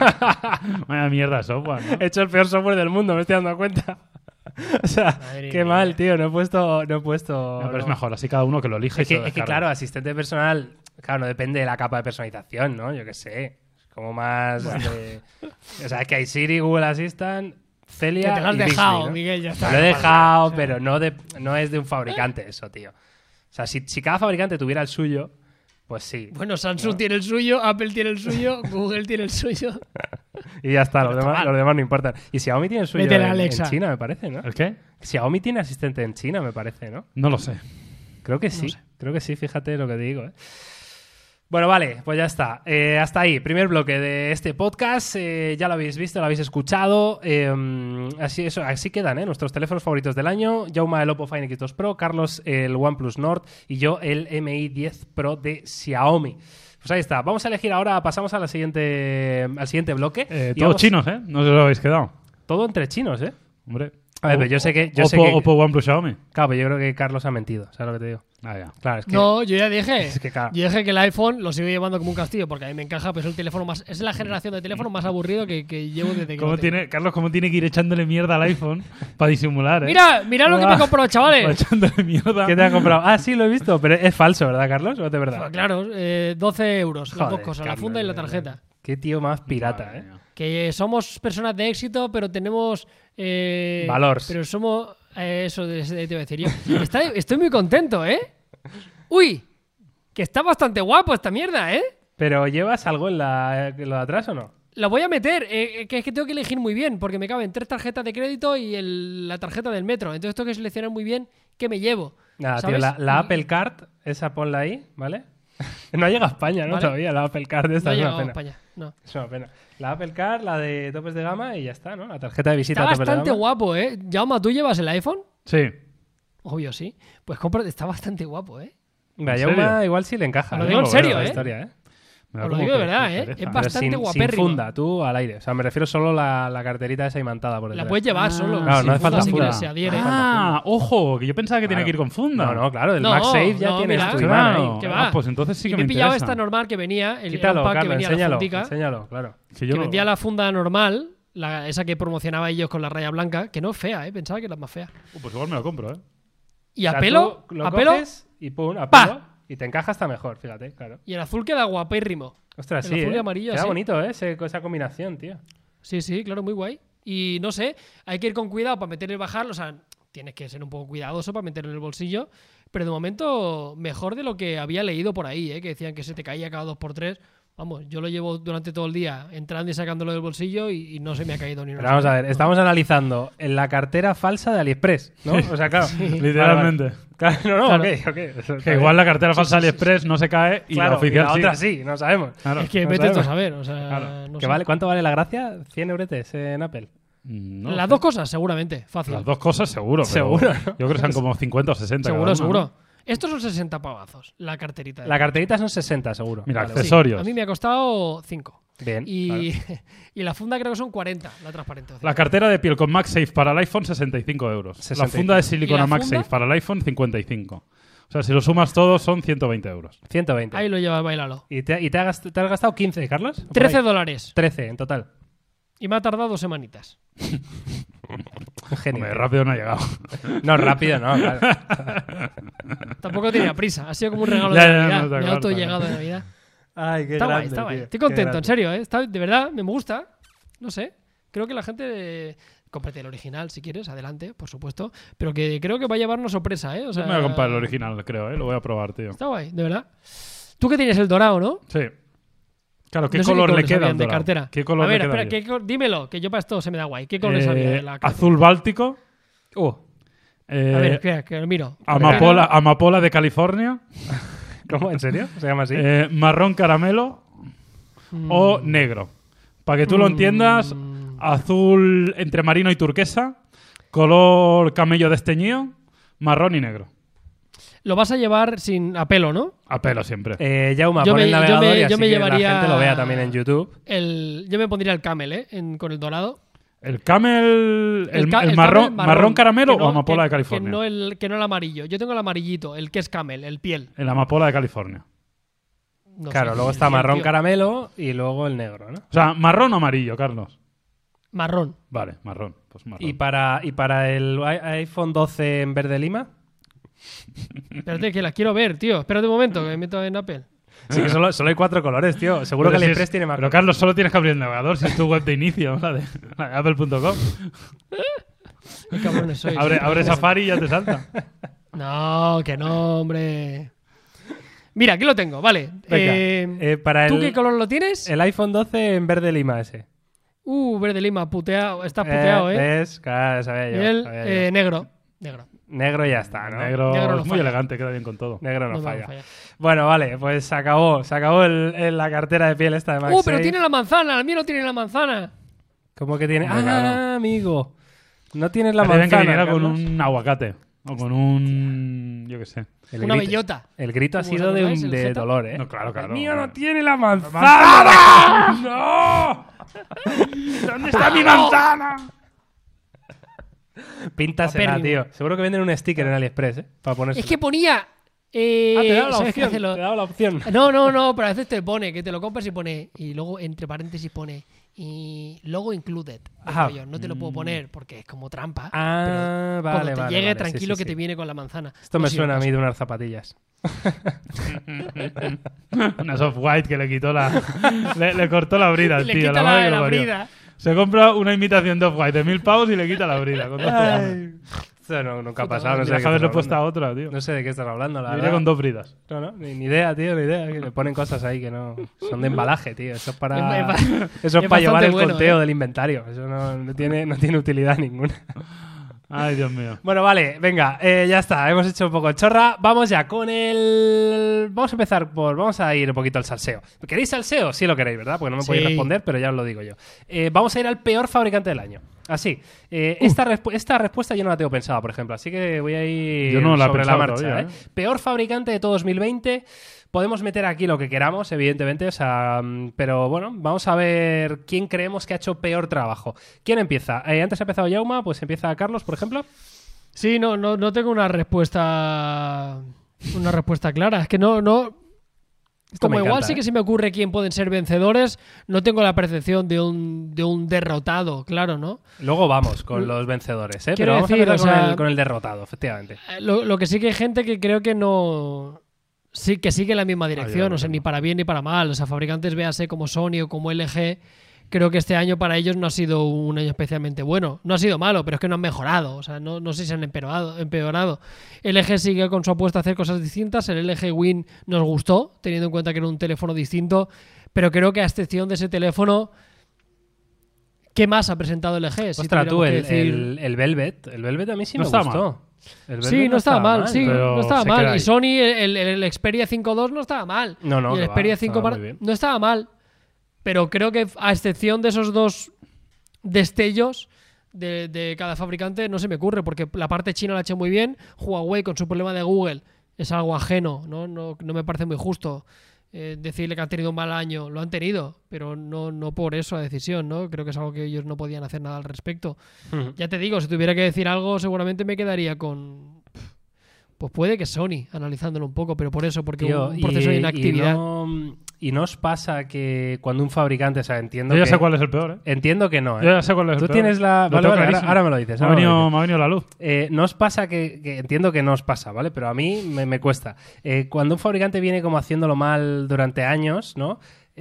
Vaya mierda de software, ¿no? He hecho el peor software del mundo, me estoy dando cuenta. O sea, Madre qué mía. mal, tío. No he puesto. No, pero es no. mejor, así cada uno que lo elige. y Es se que, lo es que, descarga. claro, asistente personal, claro, no depende de la capa de personalización, ¿no? Yo qué sé. Es como más de... O sea, es que hay Siri, Google Assistant, Celia Que te lo has y Bixby, dejado, ¿no? Miguel, ya está. Lo he dejado, pero no es de un fabricante eso, tío. O sea, si cada fabricante tuviera el suyo, pues sí. Bueno, Samsung tiene el suyo, Apple tiene el suyo, Google tiene el suyo. Y ya está, los está demás, mal. los demás no importan. Y Xiaomi tiene el suyo Métele a en Alexa. China, me parece, ¿no? ¿El qué? Xiaomi tiene asistente en China, me parece, ¿no? No lo sé. Creo que sí, sé. creo que sí, fíjate lo que te digo. Bueno, vale, pues ya está. Hasta ahí, primer bloque de este podcast. Ya lo habéis visto, lo habéis escuchado. Así quedan nuestros teléfonos favoritos del año. Jaume el Oppo Find X2 Pro, Carlos el OnePlus Nord y yo el Mi 10 Pro de Xiaomi. Pues ahí está. Vamos a elegir ahora, pasamos al siguiente bloque. Y Todos vamos- chinos, ¿eh? No se lo habéis quedado. Todo entre chinos, ¿eh? Hombre. A ver, pero yo sé que... Oppo, OnePlus, Xiaomi. Claro, pero yo creo que Carlos ha mentido, ¿sabes lo que te digo? Ah, ya. Claro, es que... No, yo ya dije. Es que claro. Yo dije que el iPhone lo sigo llevando como un castillo porque a mí me encaja, pero es el teléfono más. Es la generación de teléfono más aburrido que llevo desde que. lo tengo. Carlos, ¿cómo tiene que ir echándole mierda al iPhone para disimular, eh? Mira lo que me he comprado, Va chavales. echándole mierda. ¿Qué te ha comprado? Ah, sí, lo he visto, pero es falso, ¿verdad, Carlos? ¿O es de verdad? Pues claro, 12 euros, las dos Joder, cosas, la Carlos, funda y la de verdad. tarjeta. Qué tío más pirata, Madre ¿eh? mía. Que somos personas de éxito, pero tenemos. Valores. Pero somos. Eso te iba a decir yo. Estoy muy contento, ¿eh? ¡Uy! Que está bastante guapo esta mierda, ¿eh? ¿Pero llevas algo en lo de atrás o no? La voy a meter, que es que tengo que elegir muy bien, porque me caben 3 tarjetas de crédito y la tarjeta del metro. Entonces tengo que seleccionar muy bien qué me llevo. Nada, ¿sabes? tío, la Apple Card, esa ponla ahí, ¿vale? No ha llegado a España, ¿no? Vale. Todavía la Apple Card esta No he es una llegado a pena. España. No. Es una pena. La Apple Card, la de topes de gama y ya está, ¿no? La tarjeta de visita Está a topes de bastante gama. guapo, ¿eh? Jaume, ¿tú llevas el iPhone? Sí. Obvio, sí. Pues cómprate, está bastante guapo, ¿eh? Venga, ¿En Yauma serio? igual sí le encaja. Lo ¿eh? digo en Como serio, veo la ¿eh? historia, ¿eh? Me da Os lo como digo de que- verdad, que ¿eh? pereza. Es Pero bastante sin guapérrimo. funda, tú al aire. O sea, me refiero solo a la carterita esa imantada por La detrás. puedes llevar solo. Claro, sin no hace funda, falta si funda. quieres, se adhiere. Ah, ojo, que yo pensaba que tenía Claro. que ir con funda. No, claro, el No, MagSafe ya no, tienes mira, tu claro. imán ahí. Claro. ¿Qué va? Pues entonces sí que Yo me he pillado interesa. esta normal que venía, el Quítalo, pack que Carlos, venía la enséñalo, fundica, enséñalo, claro. Que yo que no- vendía la funda normal, esa que promocionaba ellos con la raya blanca, que no es fea, pensaba que era más fea. Pues igual me lo compro, ¿eh? Y O a sea, pelo, tú lo a pelo, coges y pum, a ¡Pa! pelo, y te encaja hasta mejor, fíjate, claro. y el azul queda guapérrimo. Ostras, El sí, azul y ¿eh? amarillo, Queda sí. bonito, ¿eh? Esa combinación, tío. Sí, sí, claro, muy guay. Y no sé, hay que ir con cuidado para meterlo y bajarlo. O sea, tienes que ser un poco cuidadoso para meterlo en el bolsillo. Pero de momento, mejor de lo que había leído por ahí, que decían que se te caía cada 2x3. Vamos, yo lo llevo durante todo el día entrando y sacándolo del bolsillo y no se me ha caído ni una. Pero vamos a ver, estamos analizando en la cartera falsa de AliExpress, ¿no? O sea, claro. Literalmente. Claro, no, Claro. ok. Eso está Que bien. igual la cartera falsa de AliExpress no se cae y Claro, la oficial y la sí. otra sí, no sabemos. Claro. Es que no vete tú a sabemos. saber, o sea, Claro. no ¿Qué sé. vale? ¿Cuánto vale la gracia? 100 euretes en Apple. No Las sé. dos cosas, seguramente, fácil. Las dos cosas seguro. Pero Seguro, ¿no? Yo creo que sean como 50 o 60. cada Seguro, una, seguro. ¿no? Estos son 60 pavazos, la carterita. La carterita son 60, seguro. Mira, Vale, Sí, accesorios. a mí me ha costado 5. Bien. Y, y la funda creo que son 40, la transparente. La cartera de piel con MagSafe para el iPhone, 65 euros. 65. La funda de silicona ¿Y la MagSafe funda? para el iPhone, 55. O sea, si lo sumas todo, son 120 euros. 120. Ahí lo lleva, bailalo. ¿Y te has gastado 15, Carlos? ¿O por 13 ahí? dólares. 13 en total. Y me ha tardado 2 semanitas. Genio. Hombre, rápido no ha llegado. No, rápido no, claro. Tampoco tenía prisa. Ha sido como un regalo Ya, de ya, Navidad. no, está me claro, ha auto está llegado claro. de Navidad. Ay, qué Está guay, grande, está guay. tío. Estoy Qué contento, grande. en serio, ¿eh? De verdad, me gusta. No sé. Creo que la gente... Cómprate el original si quieres, adelante, por supuesto. Pero que creo que va a llevar una sorpresa, ¿eh? O sea, Yo me voy a comprar el original, creo, ¿eh? Lo voy a probar, tío. Está guay, de verdad. Tú que tienes el dorado, ¿no? Sí. Claro, ¿qué No sé color le colores queda habían al de dorado? cartera? ¿Qué color a ver, le queda espera, bien? dímelo, que yo para esto se me da guay. ¿Qué colores había de la cartera? Azul báltico. A ver, espera, que lo miro. Amapola de California. ¿Cómo? ¿En serio? ¿Se llama así? Marrón caramelo o negro. Para que tú lo entiendas, azul entre marino y turquesa, color camello desteñido, marrón y negro. Lo vas a llevar sin a pelo, ¿no? A pelo siempre. Jauma, Yo pon me- el yo navegador me- y yo así me que llevaría- la gente lo vea también en YouTube. Yo me pondría el camel, ¿eh? Con el dorado. El camel, el camel marrón caramelo que no- o amapola de que California. no el amarillo. Yo tengo el amarillito, el que es camel, el piel. El amapola de California. No Claro, sé, luego el está piel, marrón tío. caramelo y luego el negro, ¿no? O sea, marrón o amarillo, Carlos. Marrón. Vale, marrón. Pues marrón. ¿Y para el iPhone 12 en verde lima? Espérate, que la quiero ver, tío. Espérate un momento, que me meto en Apple. Sí, que solo hay 4 colores, tío. Seguro Pero que si AliExpress es- tiene más. Pero Carlos, solo tienes que abrir el navegador si es tu web de inicio, la de apple.com. Qué cabrones sois. Abre Safari y ya te salta. No, que no, hombre. Mira, aquí lo tengo, vale. Venga, para ¿Tú el, qué color lo tienes? el iPhone 12 en verde lima ese. Verde lima, puteado. Estás puteado, ¿eh? ¿Ves? Claro, sabía Y yo. el sabía yo. negro. Negro. Negro ya está, ¿no? Negro, Negro no es muy falla. elegante, queda bien con todo. Negro no No me falla. falla. Bueno, vale, pues se acabó la cartera de piel esta de MagSafe. Pero tiene la manzana. El mío no tiene la manzana. ¿Cómo que tiene? Hombre, claro. Amigo. No tienes la Estaría bien que manzana. viniera con Carlos. un aguacate. O con un... yo qué sé. El Una grito- bellota. El grito ha ¿Cómo os sido de, acordáis, el de Jeta? dolor, ¿eh? No, claro, claro. El mío no Claro. tiene la manzana. ¡No! ¿Dónde está mi manzana? Píntasela, Guapérrimo. tío. Seguro que venden un sticker en AliExpress, ¿eh? Para ponerse. Es que ponía... te daba la ¿sabes qué opción. hace lo- Te daba la opción. No, pero a veces te pone, que te lo compras y pone, y luego entre paréntesis pone, y logo included. Ajá. Rollo, no te lo puedo poner porque es como trampa. Ah, pero cuando vale, te vale. llegue vale, tranquilo sí, que sí, te sí. viene con la manzana. Esto me No, sí, suena a no mí pasa. de unas zapatillas. Una soft white que le quitó la... le cortó la brida al Le tío. quita madre la, que lo la parió. brida. Se compra una imitación de Off-White de 1000 pavos y le quita la brida. Con dos cojones. Esto nunca ha Puta pasado. No sé, Tendrías de que haberle qué puesto estás a hablando. otra, tío. No sé de qué estás hablando, la Yo iría verdad. con dos bridas. No, ni idea, tío, ni idea. Que le ponen cosas ahí que no... Son de embalaje, tío. Eso es para... Es ba- Eso es es para llevar bastante el bueno, conteo ¿eh? del inventario. Eso no tiene utilidad ninguna. Ay, Dios mío. Bueno, vale, venga, ya está, hemos hecho un poco de chorra. Vamos ya con el... Vamos a empezar por... Vamos a ir un poquito al salseo. ¿Queréis salseo? Sí lo queréis, ¿verdad? Porque no me podéis Sí. responder, pero ya os lo digo yo. Vamos a ir al peor fabricante del año. Así. Esta respuesta yo no la tengo pensada, por ejemplo. Así que voy a ir Yo no la he sobre la pensado marcha. todavía, ¿eh? Peor fabricante de todo 2020... Podemos meter aquí lo que queramos, evidentemente, o sea, pero bueno, vamos a ver quién creemos que ha hecho peor trabajo. ¿Quién empieza? Antes ha empezado Jauma, pues empieza Carlos, por ejemplo. Sí, no tengo una respuesta clara. Es que no. Esto me Como igual encanta, sí ¿eh? que se me ocurre quién pueden ser vencedores, no tengo la percepción de un derrotado, claro, ¿no? Luego vamos con los vencedores, ¿eh? Quiero Pero vamos decir, a empezar o sea, con el derrotado, efectivamente. Lo que sí que hay gente que creo que no. Sí, que sigue la misma dirección, ya, o sea, ya. ni para bien ni para mal. O sea, fabricantes, véase como Sony o como LG, creo que este año para ellos no ha sido un año especialmente bueno. No ha sido malo, pero es que no han mejorado. O sea, no sé si se han empeorado. LG sigue con su apuesta a hacer cosas distintas. El LG Win nos gustó, teniendo en cuenta que era un teléfono distinto, pero creo que a excepción de ese teléfono, ¿qué más ha presentado LG? Ostras, tú, el Velvet. El Velvet a mí sí No me está gustó. El Velvet Sí, no estaba mal, sí, pero no estaba se mal. queda Y ahí. Sony, el Xperia 5.2 no estaba mal. No, y el que Xperia va, 5 estaba muy bien. no estaba mal. Pero creo que a excepción de esos dos destellos de cada fabricante, no se me ocurre, porque la parte china la ha hecho muy bien. Huawei con su problema de Google es algo ajeno, no me parece muy justo decirle que han tenido un mal año. Lo han tenido, pero no por eso la decisión, ¿no? Creo que es algo que ellos no podían hacer nada al respecto. Ya te digo, si tuviera que decir algo, seguramente me quedaría con... Pues puede que Sony, analizándolo un poco, pero por eso, porque Tío, un proceso de inactividad. Y no os pasa que cuando un fabricante, o sea, entiendo Yo ya que... sé cuál es el peor, ¿eh? Entiendo que no, ¿eh? Yo ya sé cuál es el Tú peor. tienes la... Lo Vale, tengo vale, clarísimo. ahora me lo dices. Me ha venido la luz. No os pasa que entiendo que no os pasa, ¿vale? Pero a mí me cuesta. Cuando un fabricante viene como haciéndolo mal durante años, ¿no?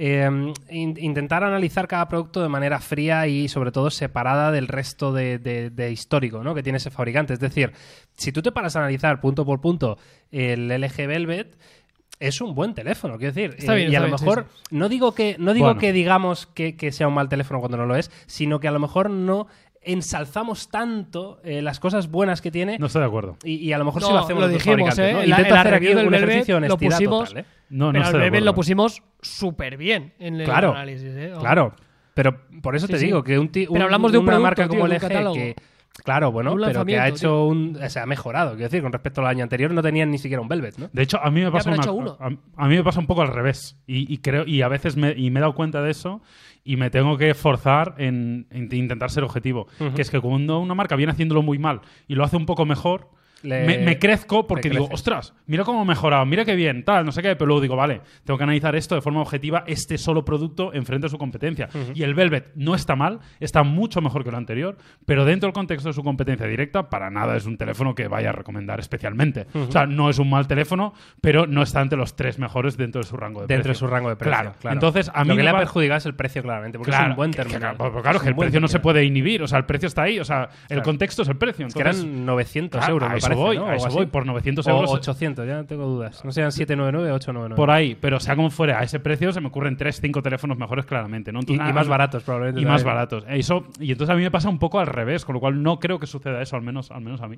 Intentar analizar cada producto de manera fría y sobre todo separada del resto de histórico, ¿no? Que tiene ese fabricante. Es decir, si tú te paras a analizar punto por punto el LG Velvet, es un buen teléfono, quiero decir. Está bien, y a está lo bien, mejor, sí. no digo que Bueno. digamos que sea un mal teléfono cuando no lo es, sino que a lo mejor no ensalzamos tanto las cosas buenas que tiene. No estoy de acuerdo. Y a lo mejor No, sí lo hacemos lo los dijimos, fabricantes, ¿no? en la Intento hacer review aquí del un Velvet ejercicio de lo honestidad pusimos, total, ¿eh? No pero al estoy de Velvet acuerdo. lo pusimos súper bien en el Claro, análisis. Claro, pero por eso Sí, te sí. digo que Pero hablamos de un una producto, marca tío, como de un LG catálogo. que... Claro, bueno, Un pero que ha lanzamiento, hecho o sea, ha mejorado. Quiero decir, con respecto al año anterior no tenían ni siquiera un Velvet, ¿no? De hecho, a mí me pasa pero ha hecho uno. a mí me pasa un poco al revés. Y creo y a veces me he dado cuenta de eso y me tengo que forzar en intentar ser objetivo. Ujú. Que es que cuando una marca viene haciéndolo muy mal y lo hace un poco mejor, me crezco porque le digo, creces. ostras, mira cómo ha mejorado, mira qué bien, tal, no sé qué. Pero luego digo, vale, tengo que analizar esto de forma objetiva, este solo producto enfrente a su competencia. Y el Velvet no está mal, está mucho mejor que lo anterior, pero dentro del contexto de su competencia directa, para nada es un teléfono que vaya a recomendar especialmente. O sea, no es un mal teléfono, pero no está entre los 3 mejores dentro de su rango de Dentro de precio. su rango de precio. Claro. Claro. Entonces, a mí lo que me le ha va- perjudicado es el precio, claramente, porque es un buen terminal. Claro, que el precio no se puede. puede inhibir, o sea, el precio está ahí, o sea, el Claro. contexto es el precio. Es que Entonces, eran 900 claro, euros, a me eso parece, voy, ¿no? a O eso así. voy, por 900 O euros. 800, ya tengo dudas. No sé, eran 799 o 899. Por ahí, pero sea como fuera, a ese precio se me ocurren 3-5 teléfonos mejores claramente, ¿no? Y Entonces, más baratos, probablemente. Y más también. baratos. Y entonces a mí me pasa un poco al revés, con lo cual no creo que suceda eso, al menos a mí.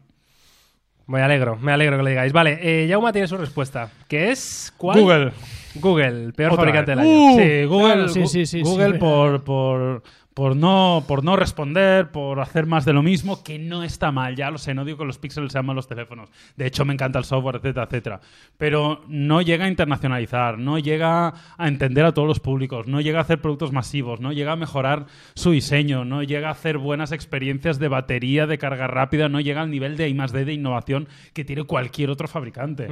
Me alegro que lo digáis. Vale, Jauma tiene su respuesta, que es... ¿cuál? Google, el peor Otra fabricante vez. del año. Sí, Google, Claro, sí, Google sí. por no responder, por hacer más de lo mismo, que no está mal, ya lo sé, no digo que los píxeles sean malos teléfonos, de hecho me encanta el software, etcétera, etcétera, pero no llega a internacionalizar, no llega a entender a todos los públicos, no llega a hacer productos masivos, no llega a mejorar su diseño, no llega a hacer buenas experiencias de batería, de carga rápida, no llega al nivel de I+D de innovación que tiene cualquier otro fabricante.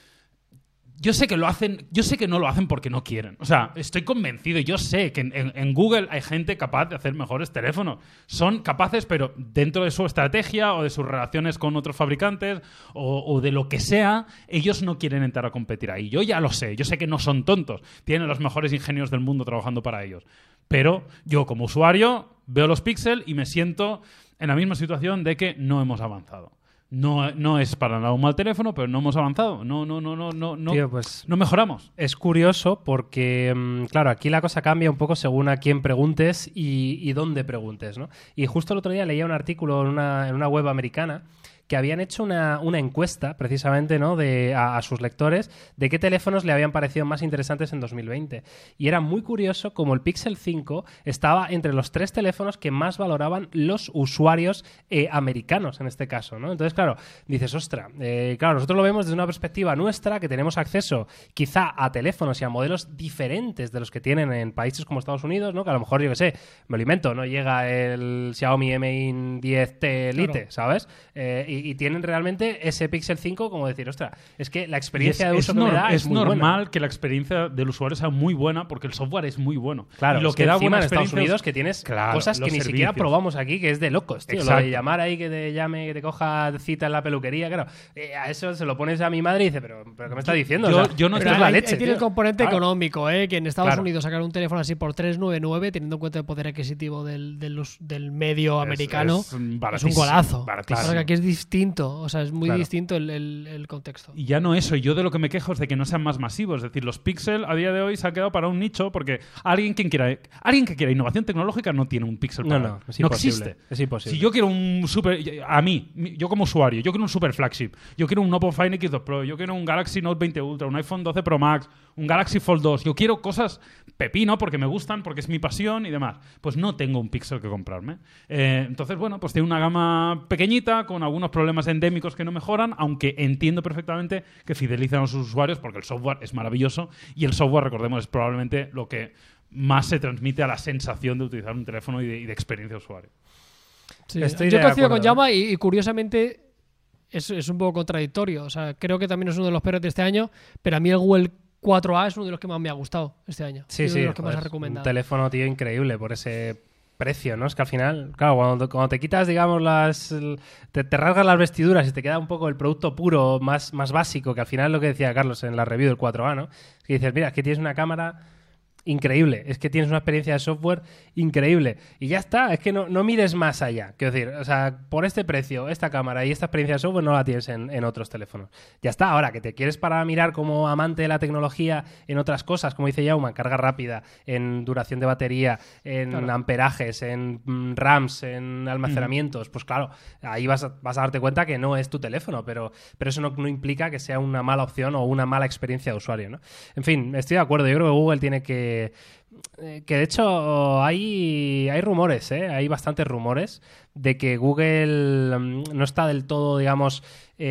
Yo sé que lo hacen, yo sé que no lo hacen porque no quieren. O sea, estoy convencido, yo sé que en Google hay gente capaz de hacer mejores teléfonos. Son capaces, pero dentro de su estrategia o de sus relaciones con otros fabricantes o de lo que sea, ellos no quieren entrar a competir ahí. Yo ya lo sé, yo sé que no son tontos. Tienen los mejores ingenios del mundo trabajando para ellos. Pero yo como usuario veo los Pixel y me siento en la misma situación de que no hemos avanzado. No es para nada un mal teléfono, pero no hemos avanzado. No Tío, pues no mejoramos. es curioso porque, claro, aquí la cosa cambia un poco según a quién preguntes y dónde preguntes, ¿no? Y justo el otro día leía un artículo en una web americana que habían hecho una encuesta, precisamente, ¿no? a sus lectores, de qué teléfonos le habían parecido más interesantes en 2020. Y era muy curioso como el Pixel 5 estaba entre los 3 teléfonos que más valoraban los usuarios americanos, en este caso, ¿no? Entonces, claro, dices, ostra, claro, nosotros lo vemos desde una perspectiva nuestra, que tenemos acceso quizá a teléfonos y a modelos diferentes de los que tienen en países como Estados Unidos, ¿no? Que a lo mejor, yo qué sé, me lo invento, no llega el Xiaomi Mi 10T Lite, Claro. ¿sabes? y tienen realmente ese Pixel 5 como decir, ostras, es que la experiencia de uso que me da es muy normal buena. que la experiencia del usuario sea muy buena porque el software es muy bueno. Claro, y lo es que da encima buena en Estados experiencia Unidos que tienes claro, cosas que los ni siquiera servicios. probamos aquí, que es de locos, tío. Lo Exacto. de llamar ahí, que te llame, que te coja cita en la peluquería, claro. A eso se lo pones a mi madre y dice, pero ¿qué me estás diciendo? yo no esto Pero es la ahí leche, tiene el tío. componente Claro. económico, que en Estados Claro. Unidos sacar un teléfono así por 399, teniendo en cuenta el poder adquisitivo del medio americano, es es un baratísimo, golazo. baratísimo. Porque aquí es distinto, o sea, es muy Claro. distinto el contexto. Y ya no eso, yo de lo que me quejo es de que no sean más masivos. Es decir, los Pixel a día de hoy se han quedado para un nicho porque alguien que quiera innovación tecnológica no tiene un Pixel para No, es no imposible. existe. Es imposible. Si yo quiero un super... A mí, yo como usuario, yo quiero un super flagship. Yo quiero un Oppo Find X2 Pro. Yo quiero un Galaxy Note 20 Ultra, un iPhone 12 Pro Max, un Galaxy Fold 2. Yo quiero cosas pepino porque me gustan, porque es mi pasión y demás. Pues no tengo un Pixel que comprarme. Entonces, bueno, pues tiene una gama pequeñita con algunos problemas endémicos que no mejoran, aunque entiendo perfectamente que fidelizan a sus usuarios porque el software es maravilloso y el software, recordemos, es probablemente lo que más se transmite a la sensación de utilizar un teléfono y de experiencia de usuario. Sí. Estoy Yo de coincido acuerdo, con Jaume y curiosamente es un poco contradictorio. O sea, creo que también es uno de los peores de este año, pero a mí el Google 4A es uno de los que más me ha gustado este año. Sí, es uno sí. de los que más joder, ha recomendado. Un teléfono, tío, increíble por ese precio, ¿no? Es que al final, claro, cuando te quitas, digamos, te rasgas las vestiduras y te queda un poco el producto puro, más básico, que al final es lo que decía Carlos en la review del 4A, ¿no? Es que dices, mira, es que tienes una cámara increíble, es que tienes una experiencia de software increíble y ya está, es que no mires más allá, quiero decir, o sea, por este precio, esta cámara y esta experiencia de software no la tienes en otros teléfonos, ya está. Ahora que te quieres para mirar como amante de la tecnología en otras cosas, como dice Jaume, carga rápida, en duración de batería, en amperajes, en RAMs, en almacenamientos, pues claro, ahí vas a darte cuenta que no es tu teléfono, pero eso no implica que sea una mala opción o una mala experiencia de usuario, ¿no? En fin, estoy de acuerdo, yo creo que Google tiene que de hecho hay rumores, hay bastantes rumores de que Google no está del todo, digamos,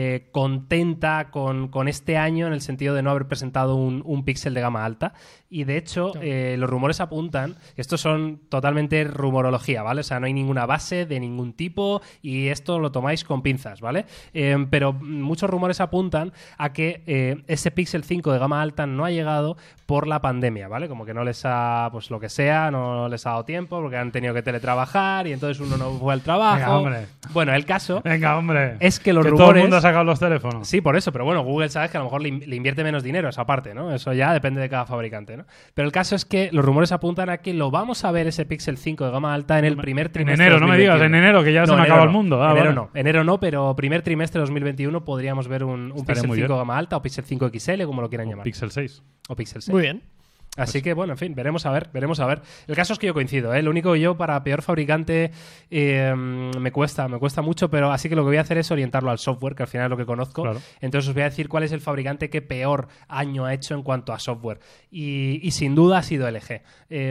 contenta con este año en el sentido de no haber presentado un Pixel de gama alta y de hecho los rumores apuntan, estos son totalmente rumorología, ¿vale? O sea, no hay ninguna base de ningún tipo y esto lo tomáis con pinzas, ¿vale? Pero muchos rumores apuntan a que ese Pixel 5 de gama alta no ha llegado por la pandemia, ¿vale? Como que no les ha, pues lo que sea, no les ha dado tiempo porque han tenido que teletrabajar y entonces uno no fue al trabajo. Venga, hombre. Bueno, el caso Venga, hombre. es que los que rumores... todo el mundo ha sacado los teléfonos. Sí, por eso, pero bueno, Google sabes que a lo mejor le invierte menos dinero a esa parte, ¿no? Eso ya depende de cada fabricante, ¿no? Pero el caso es que los rumores apuntan a que lo vamos a ver ese Pixel 5 de gama alta en el primer En trimestre enero, de no me 2021. digas, en enero, que ya se me acaba el mundo. Enero no, pero primer trimestre de 2021 podríamos ver un Estaría Pixel muy 5 bien. gama alta o Pixel 5 XL, como lo quieran llamar. Pixel 6. O Pixel 6. Muy bien. Así que, bueno, en fin, veremos a ver. El caso es que yo coincido, ¿eh? Lo único que yo, para peor fabricante, me cuesta mucho, pero así que lo que voy a hacer es orientarlo al software, que al final es lo que conozco. Claro. Entonces os voy a decir cuál es el fabricante que peor año ha hecho en cuanto a software. Y sin duda ha sido LG.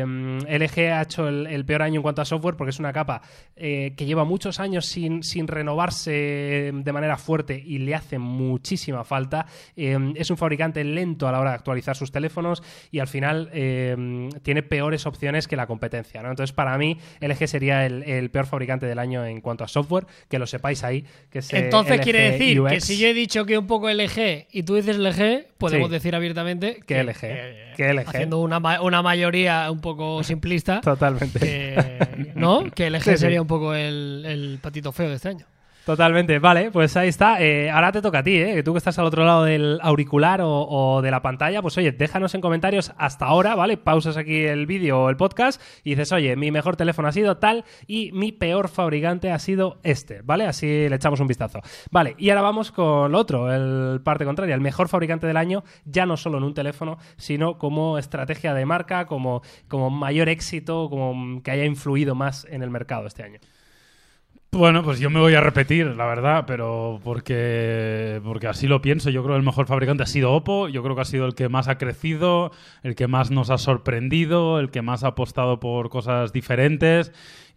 LG ha hecho el peor año en cuanto a software porque es una capa que lleva muchos años sin renovarse de manera fuerte y le hace muchísima falta. Es un fabricante lento a la hora de actualizar sus teléfonos y al final tiene peores opciones que la competencia, ¿no? Entonces, para mí, LG sería el peor fabricante del año en cuanto a software, que lo sepáis ahí. Que es, Entonces LG quiere decir UX, que si yo he dicho que un poco LG y tú dices LG, podemos Sí. decir abiertamente que LG. Que LG. haciendo una mayoría un poco simplista, Totalmente. ¿no? Que LG Sí, sí. sería un poco el patito feo de este año. Totalmente, vale, pues ahí está. Ahora te toca a ti, que tú que estás al otro lado del auricular o de la pantalla, pues oye, déjanos en comentarios hasta ahora, ¿vale? Pausas aquí el vídeo o el podcast y dices, oye, mi mejor teléfono ha sido tal y mi peor fabricante ha sido este, ¿vale? Así le echamos un vistazo. Vale, y ahora vamos con lo otro, el parte contraria, el mejor fabricante del año, ya no solo en un teléfono, sino como estrategia de marca, como mayor éxito, como que haya influido más en el mercado este año. Bueno, pues yo me voy a repetir, la verdad, pero porque así lo pienso. Yo creo que el mejor fabricante ha sido Oppo. Yo creo que ha sido el que más ha crecido, el que más nos ha sorprendido, el que más ha apostado por cosas diferentes.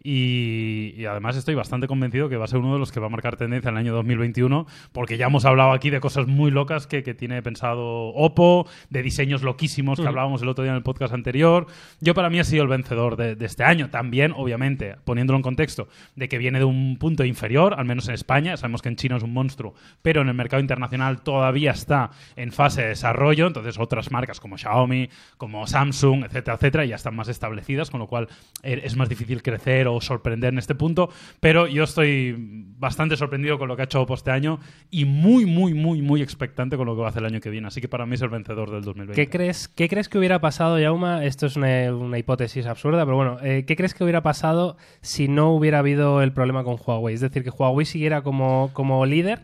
y además estoy bastante convencido que va a ser uno de los que va a marcar tendencia en el año 2021, porque ya hemos hablado aquí de cosas muy locas que tiene pensado Oppo, de diseños loquísimos que hablábamos el otro día en el podcast anterior. Yo, para mí, ha sido el vencedor de este año. También, obviamente, poniéndolo en contexto, de que viene de un punto inferior, al menos en España. Sabemos que en China es un monstruo, pero en el mercado internacional todavía está en fase de desarrollo. Entonces, otras marcas como Xiaomi, como Samsung, etcétera, etcétera, ya están más establecidas, con lo cual es más difícil crecer o sorprender en este punto. Pero yo estoy bastante sorprendido con lo que ha hecho Oppo este año y muy, muy, muy, muy expectante con lo que va a hacer el año que viene. Así que para mí es el vencedor del 2020. ¿Qué crees que hubiera pasado, Jaume? Esto es una hipótesis absurda, pero bueno, ¿qué crees que hubiera pasado si no hubiera habido el problema con Huawei? Es decir, que Huawei siguiera como líder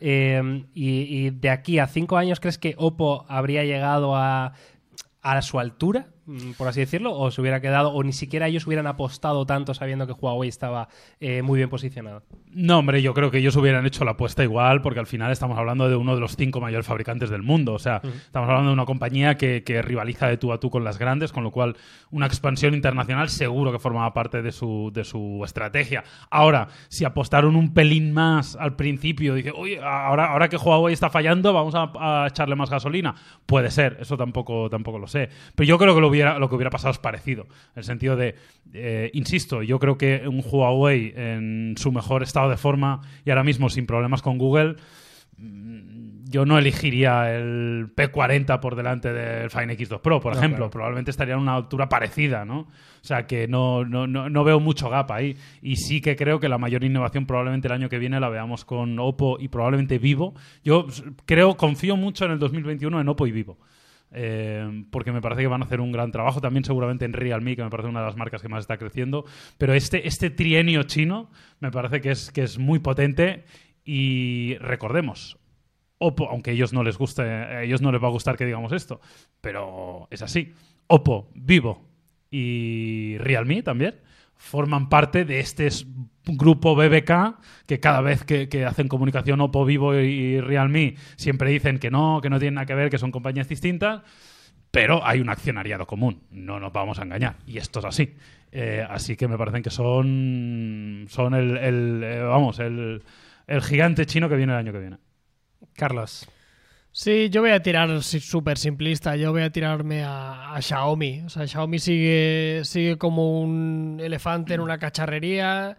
y de aquí a 5 años, ¿crees que Oppo habría llegado a su altura, por así decirlo, o se hubiera quedado, o ni siquiera ellos hubieran apostado tanto sabiendo que Huawei estaba muy bien posicionado? No, hombre, yo creo que ellos hubieran hecho la apuesta igual, porque al final estamos hablando de uno de los 5 mayores fabricantes del mundo. O sea, estamos hablando de una compañía que rivaliza de tú a tú con las grandes, con lo cual una expansión internacional seguro que formaba parte de su estrategia. Ahora, si apostaron un pelín más al principio, dice, oye, ahora que Huawei está fallando, vamos a echarle más gasolina. Puede ser, eso tampoco lo sé. Pero yo creo que lo que hubiera pasado es parecido. En el sentido de, insisto, yo creo que un Huawei en su mejor estado de forma y ahora mismo sin problemas con Google, yo no elegiría el P40 por delante del Fine X2 Pro, por ejemplo. Claro. Probablemente estaría en una altura parecida, ¿no? O sea, que no veo mucho gap ahí. Y sí que creo que la mayor innovación probablemente el año que viene la veamos con Oppo y probablemente Vivo. Yo confío mucho en el 2021 en Oppo y Vivo. Porque me parece que van a hacer un gran trabajo. También seguramente en Realme, que me parece una de las marcas que más está creciendo. Pero este trienio chino me parece que es muy potente. Y recordemos, Oppo, aunque a ellos no les guste, a ellos no les va a gustar que digamos esto, pero es así. Oppo, Vivo y Realme también forman parte de este grupo BBK que cada vez que hacen comunicación Oppo, Vivo y Realme siempre dicen que no tienen nada que ver, que son compañías distintas, pero hay un accionariado común, no nos vamos a engañar, y esto es así. Así que me parecen que son el gigante chino que viene el año que viene. Carlos. Sí, yo voy a tirar súper simplista. Yo voy a tirarme a Xiaomi. O sea, Xiaomi sigue como un elefante en una cacharrería.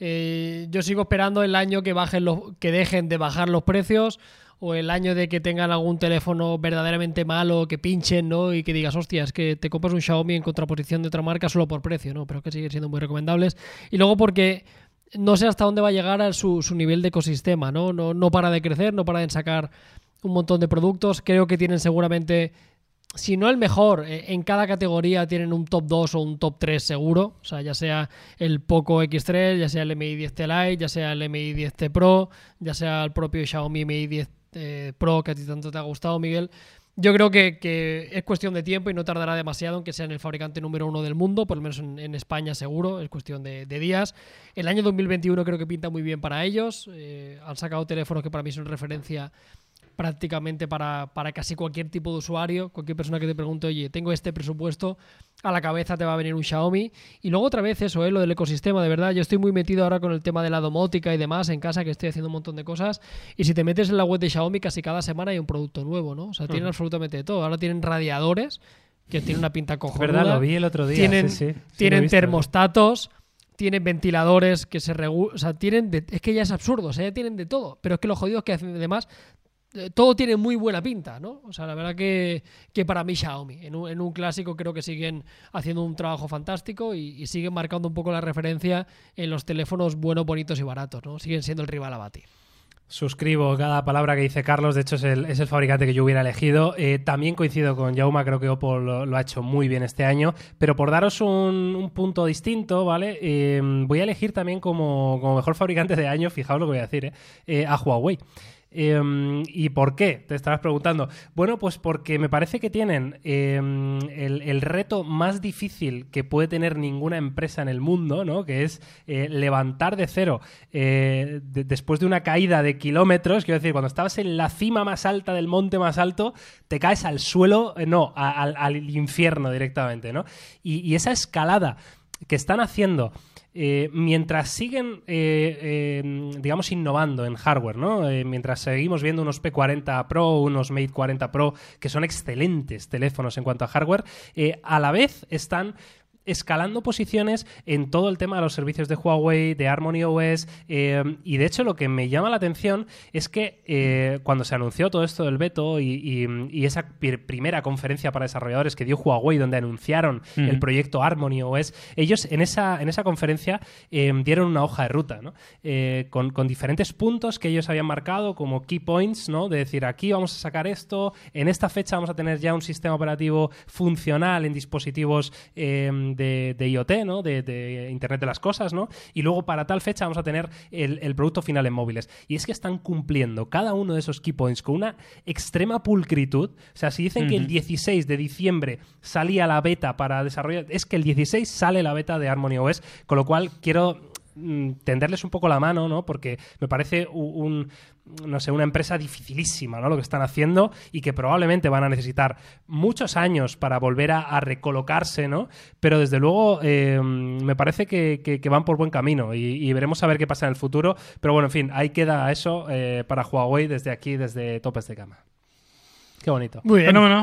Yo sigo esperando el año que dejen de bajar los precios, o el año de que tengan algún teléfono verdaderamente malo, que pinchen, ¿no? Y que digas, hostia, es que te compras un Xiaomi en contraposición de otra marca solo por precio, ¿no? Pero que siguen siendo muy recomendables. Y luego porque no sé hasta dónde va a llegar su nivel de ecosistema, ¿no? No para de crecer, no para de sacar un montón de productos. Creo que tienen seguramente, si no el mejor, en cada categoría tienen un top 2 o un top 3 seguro. O sea, ya sea el Poco X3, ya sea el Mi 10T Lite, ya sea el Mi 10T Pro, ya sea el propio Xiaomi Mi 10 Pro, que a ti tanto te ha gustado, Miguel. Yo creo que es cuestión de tiempo y no tardará demasiado en que sean el fabricante número 1 del mundo, por lo menos en España seguro, es cuestión de días. El año 2021 creo que pinta muy bien para ellos. Han sacado teléfonos que para mí son referencia prácticamente para casi cualquier tipo de usuario. Cualquier persona que te pregunte, oye, tengo este presupuesto, a la cabeza te va a venir un Xiaomi. Y luego otra vez eso, lo del ecosistema, de verdad. Yo estoy muy metido ahora con el tema de la domótica y demás en casa, que estoy haciendo un montón de cosas. Y si te metes en la web de Xiaomi, casi cada semana hay un producto nuevo, ¿no? O sea, tienen absolutamente de todo. Ahora tienen radiadores, que tienen una pinta cojonuda. Es verdad, lo vi el otro día. Tienen termostatos, tienen ventiladores que se regulan. O sea, es que ya es absurdo, o sea, ya tienen de todo. Pero es que los jodidos que hacen además, todo tiene muy buena pinta, ¿no? O sea, la verdad que para mí Xiaomi, en un clásico, creo que siguen haciendo un trabajo fantástico y siguen marcando un poco la referencia en los teléfonos buenos, bonitos y baratos, ¿no? Siguen siendo el rival a batir. Suscribo cada palabra que dice Carlos. De hecho, es el fabricante que yo hubiera elegido. También coincido con Jaume. Creo que Oppo lo ha hecho muy bien este año. Pero por daros un punto distinto, ¿vale? Voy a elegir también como mejor fabricante de año, fijaos lo que voy a decir, a Huawei. ¿Y por qué? Te estarás preguntando. Bueno, pues porque me parece que tienen el reto más difícil que puede tener ninguna empresa en el mundo, ¿no? Que es levantar de cero después de una caída de kilómetros. Quiero decir, cuando estabas en la cima más alta del monte más alto, te caes al suelo, al infierno directamente, ¿no? Y esa escalada que están haciendo mientras siguen, digamos, innovando en hardware, ¿no? Mientras seguimos viendo unos P40 Pro, unos Mate 40 Pro, que son excelentes teléfonos en cuanto a hardware, a la vez están escalando posiciones en todo el tema de los servicios de Huawei, de Harmony OS, y de hecho lo que me llama la atención es que cuando se anunció todo esto del veto y esa primera conferencia para desarrolladores que dio Huawei donde anunciaron el proyecto Harmony OS, ellos en esa conferencia dieron una hoja de ruta, ¿no? Con diferentes puntos que ellos habían marcado como key points, ¿no? De decir, aquí vamos a sacar esto, en esta fecha vamos a tener ya un sistema operativo funcional en dispositivos de IoT, ¿no? De Internet de las Cosas, ¿no? Y luego para tal fecha vamos a tener el producto final en móviles. Y es que están cumpliendo cada uno de esos key points con una extrema pulcritud. O sea, si dicen que el 16 de diciembre salía la beta para desarrollar, es que el 16 sale la beta de Harmony OS, con lo cual quiero tenderles un poco la mano, ¿no? Porque me parece no sé, una empresa dificilísima, ¿no? Lo que están haciendo y que probablemente van a necesitar muchos años para volver a recolocarse, ¿no? Pero desde luego me parece que van por buen camino y veremos a ver qué pasa en el futuro. Pero bueno, en fin, ahí queda eso para Huawei desde aquí, desde Topes de Gama. Qué bonito. Muy bien. Fenómeno.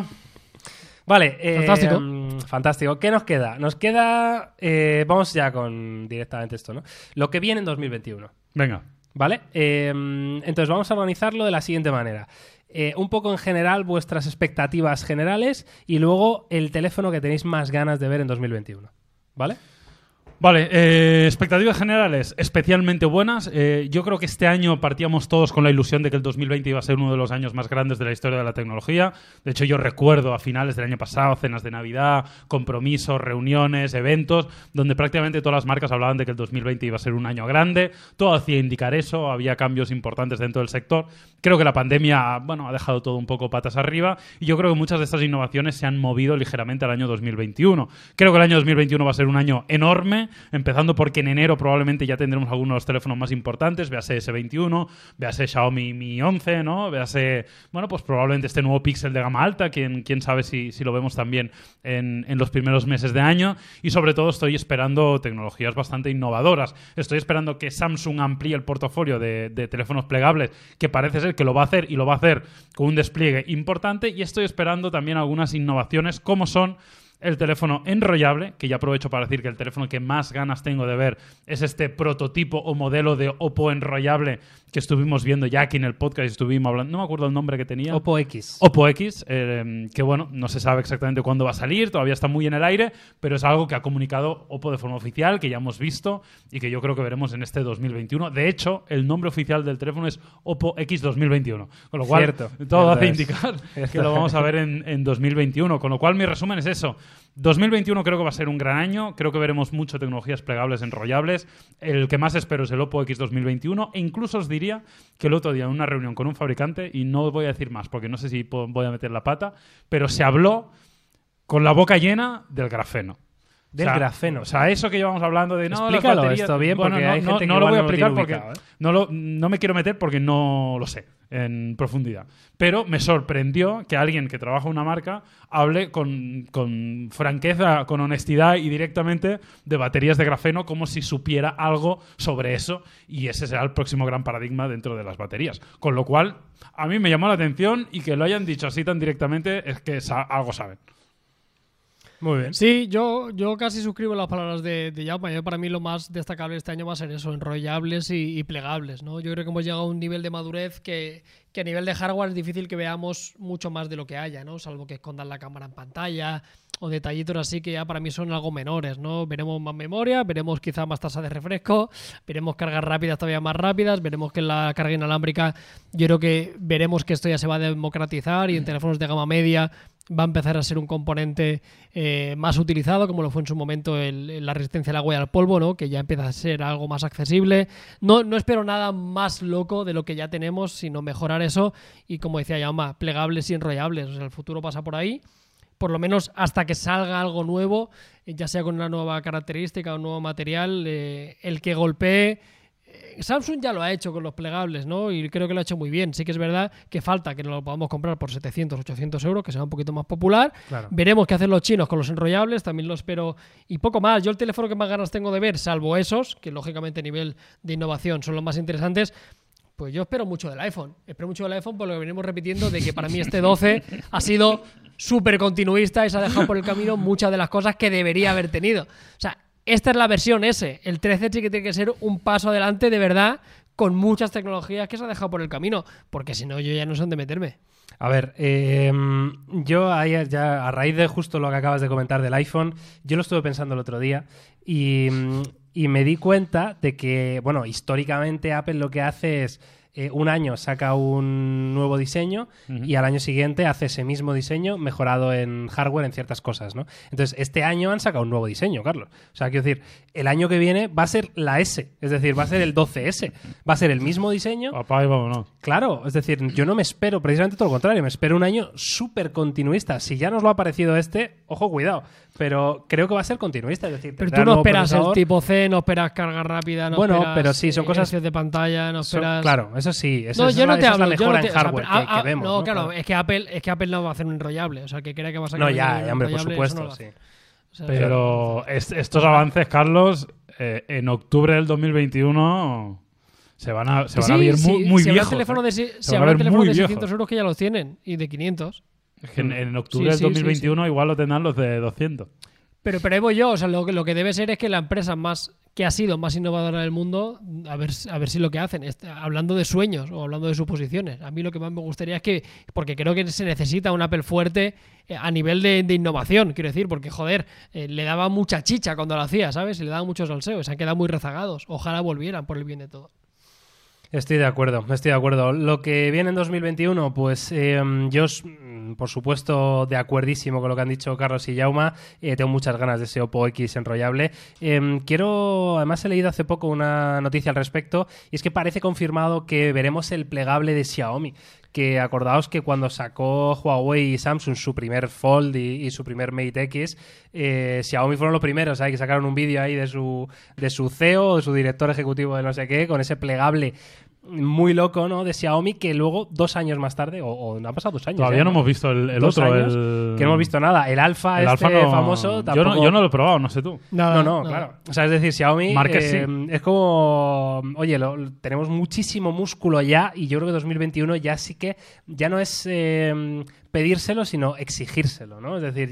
Vale, Fantástico. Fantástico. ¿Qué nos queda? Nos queda, vamos ya con directamente esto, ¿no? Lo que viene en 2021. Venga. ¿Vale? Entonces vamos a organizarlo de la siguiente manera. Un poco en general vuestras expectativas generales y luego el teléfono que tenéis más ganas de ver en 2021. ¿Vale? Vale, expectativas generales especialmente buenas. Yo creo que este año partíamos todos con la ilusión de que el 2020 iba a ser uno de los años más grandes de la historia de la tecnología. De hecho, yo recuerdo a finales del año pasado cenas de Navidad, compromisos, reuniones, eventos, donde prácticamente todas las marcas hablaban de que el 2020 iba a ser un año grande. Todo hacía indicar eso, había cambios importantes dentro del sector. Creo que la pandemia, bueno, ha dejado todo un poco patas arriba y yo creo que muchas de estas innovaciones se han movido ligeramente al año 2021. Creo que el año 2021 va a ser un año enorme, empezando porque en enero probablemente ya tendremos algunos de los teléfonos más importantes, véase S21, véase Xiaomi Mi 11, ¿no? Véase, bueno, pues probablemente este nuevo Pixel de gama alta, quién sabe si lo vemos también en los primeros meses de año, y sobre todo estoy esperando tecnologías bastante innovadoras. Estoy esperando que Samsung amplíe el portafolio de teléfonos plegables, que parece ser que lo va a hacer y lo va a hacer con un despliegue importante, y estoy esperando también algunas innovaciones como son el teléfono enrollable, que ya aprovecho para decir que el teléfono que más ganas tengo de ver es este prototipo o modelo de Oppo enrollable que estuvimos viendo ya aquí en el podcast, estuvimos hablando, no me acuerdo el nombre que tenía. Oppo X. Oppo X, que bueno, no se sabe exactamente cuándo va a salir, todavía está muy en el aire, pero es algo que ha comunicado Oppo de forma oficial, que ya hemos visto y que yo creo que veremos en este 2021. De hecho, el nombre oficial del teléfono es Oppo X 2021, con lo cual todo hace indicar que lo vamos a ver en 2021, con lo cual mi resumen es eso. 2021 creo que va a ser un gran año, creo que veremos mucho tecnologías plegables enrollables. El que más espero es el Oppo X 2021 e incluso os diría que el otro día en una reunión con un fabricante, y no os voy a decir más porque no sé si voy a meter la pata, pero se habló con la boca llena del grafeno. Del grafeno. O sea, eso que llevamos hablando de no, explícalo las baterías, esto bien, porque bueno, hay gente que no lo voy a igual explicar no lo tiene porque ubicado, no me quiero meter porque no lo sé en profundidad. Pero me sorprendió que alguien que trabaja en una marca hable con franqueza, con honestidad y directamente de baterías de grafeno como si supiera algo sobre eso, y ese será el próximo gran paradigma dentro de las baterías. Con lo cual, a mí me llamó la atención, y que lo hayan dicho así tan directamente es que algo saben. Muy bien. Sí, yo casi suscribo las palabras de Jaume. Para mí lo más destacable de este año va a ser eso, enrollables y plegables, ¿no? Yo creo que hemos llegado a un nivel de madurez que a nivel de hardware es difícil que veamos mucho más de lo que haya, ¿no? Salvo que escondan la cámara en pantalla o detallitos así que ya para mí son algo menores, ¿no? Veremos más memoria, veremos quizá más tasa de refresco, veremos cargas rápidas todavía más rápidas, veremos que en la carga inalámbrica yo creo que veremos que esto ya se va a democratizar y en teléfonos de gama media va a empezar a ser un componente más utilizado, como lo fue en su momento la resistencia al agua y al polvo, ¿no? Que ya empieza a ser algo más accesible. No espero nada más loco de lo que ya tenemos, sino mejorar eso y, como decía Jaume, plegables y enrollables. O sea, el futuro pasa por ahí, por lo menos hasta que salga algo nuevo, ya sea con una nueva característica o un nuevo material, el que golpee Samsung ya lo ha hecho con los plegables, ¿no? Y creo que lo ha hecho muy bien. Sí que es verdad que falta que nos lo podamos comprar por 700, 800 euros, que sea un poquito más popular. Claro. Veremos qué hacen los chinos con los enrollables, también lo espero. Y poco más. Yo el teléfono que más ganas tengo de ver, salvo esos, que lógicamente a nivel de innovación son los más interesantes, pues yo espero mucho del iPhone. Espero mucho del iPhone por lo que venimos repitiendo de que para mí este 12 ha sido súper continuista y se ha dejado por el camino muchas de las cosas que debería haber tenido. O sea, esta es la versión S. El 13 sí que tiene que ser un paso adelante de verdad con muchas tecnologías que se ha dejado por el camino, porque si no yo ya no sé dónde meterme. A ver, yo ahí ya a raíz de justo lo que acabas de comentar del iPhone, yo lo estuve pensando el otro día y me di cuenta de que, bueno, históricamente Apple lo que hace es un año saca un nuevo diseño y al año siguiente hace ese mismo diseño mejorado en hardware en ciertas cosas, ¿no? Entonces, este año han sacado un nuevo diseño, Carlos. O sea, quiero decir, el año que viene va a ser la S, es decir, va a ser el 12S. Va a ser el mismo diseño. Papá, y vámonos. Claro, es decir, yo no me espero, precisamente todo lo contrario, me espero un año súper continuista. Si ya nos lo ha parecido este, ojo, cuidado. Pero creo que va a ser continuista, es decir, pero tendrá tú no nuevo esperas el procesador. tipo C, no esperas carga rápida, no Bueno, esperas pero sí, son cosas- hercios de pantalla, no esperas... Claro, eso sí. Eso, No, esa yo es no la- te esa es la hablo. Yo mejora no te, en hardware o sea, que vemos. no, claro, es que Apple no va a hacer un enrollable. O sea, que crea que va a sacar No, un hombre, por enrollable, supuesto, eso no lo va a sí. hacer. O sea, Pero estos avances, Carlos, en octubre del 2021 se van a ver muy si viejos. habrá teléfono de, si Se van a habrá ver teléfono muy de viejos. 600 euros que ya los tienen, y de 500. Es que en octubre Sí, del sí, 2021 igual lo tendrán los de 200. Pero ahí voy yo, o sea, lo que debe ser es que la empresa que ha sido más innovadora del mundo, a ver si lo que hacen, hablando de sueños o hablando de suposiciones. A mí lo que más me gustaría es que, porque creo que se necesita un Apple fuerte a nivel de innovación, quiero decir, porque joder, le daba mucha chicha cuando lo hacía, ¿sabes? Y le daba mucho salseo, se han quedado muy rezagados. Ojalá volvieran por el bien de todo. Estoy de acuerdo. Lo que viene en 2021, pues yo, por supuesto, de acuerdísimo con lo que han dicho Carlos y Jauma. Tengo muchas ganas de ese Oppo X enrollable. Además he leído hace poco una noticia al respecto, y es que parece confirmado que veremos el plegable de Xiaomi. Que acordaos que cuando sacó Huawei y Samsung su primer Fold y su primer Mate X, Xiaomi fueron los primeros, que sacaron un vídeo ahí de su CEO, de su director ejecutivo de no sé qué, con ese plegable muy loco, ¿no? De Xiaomi, que luego 2 años más tarde, o no han pasado 2 años. Todavía no hemos visto el 2 otro. años, que no hemos visto nada. El Alpha, el Alpha no- famoso, tampoco... yo no lo he probado, no sé tú. Nada, No, nada. claro. O sea, es decir, Xiaomi Marques sí. es como... Oye, tenemos muchísimo músculo ya, y yo creo que 2021 ya sí que... Ya no es pedírselo, sino exigírselo, ¿no? Es decir,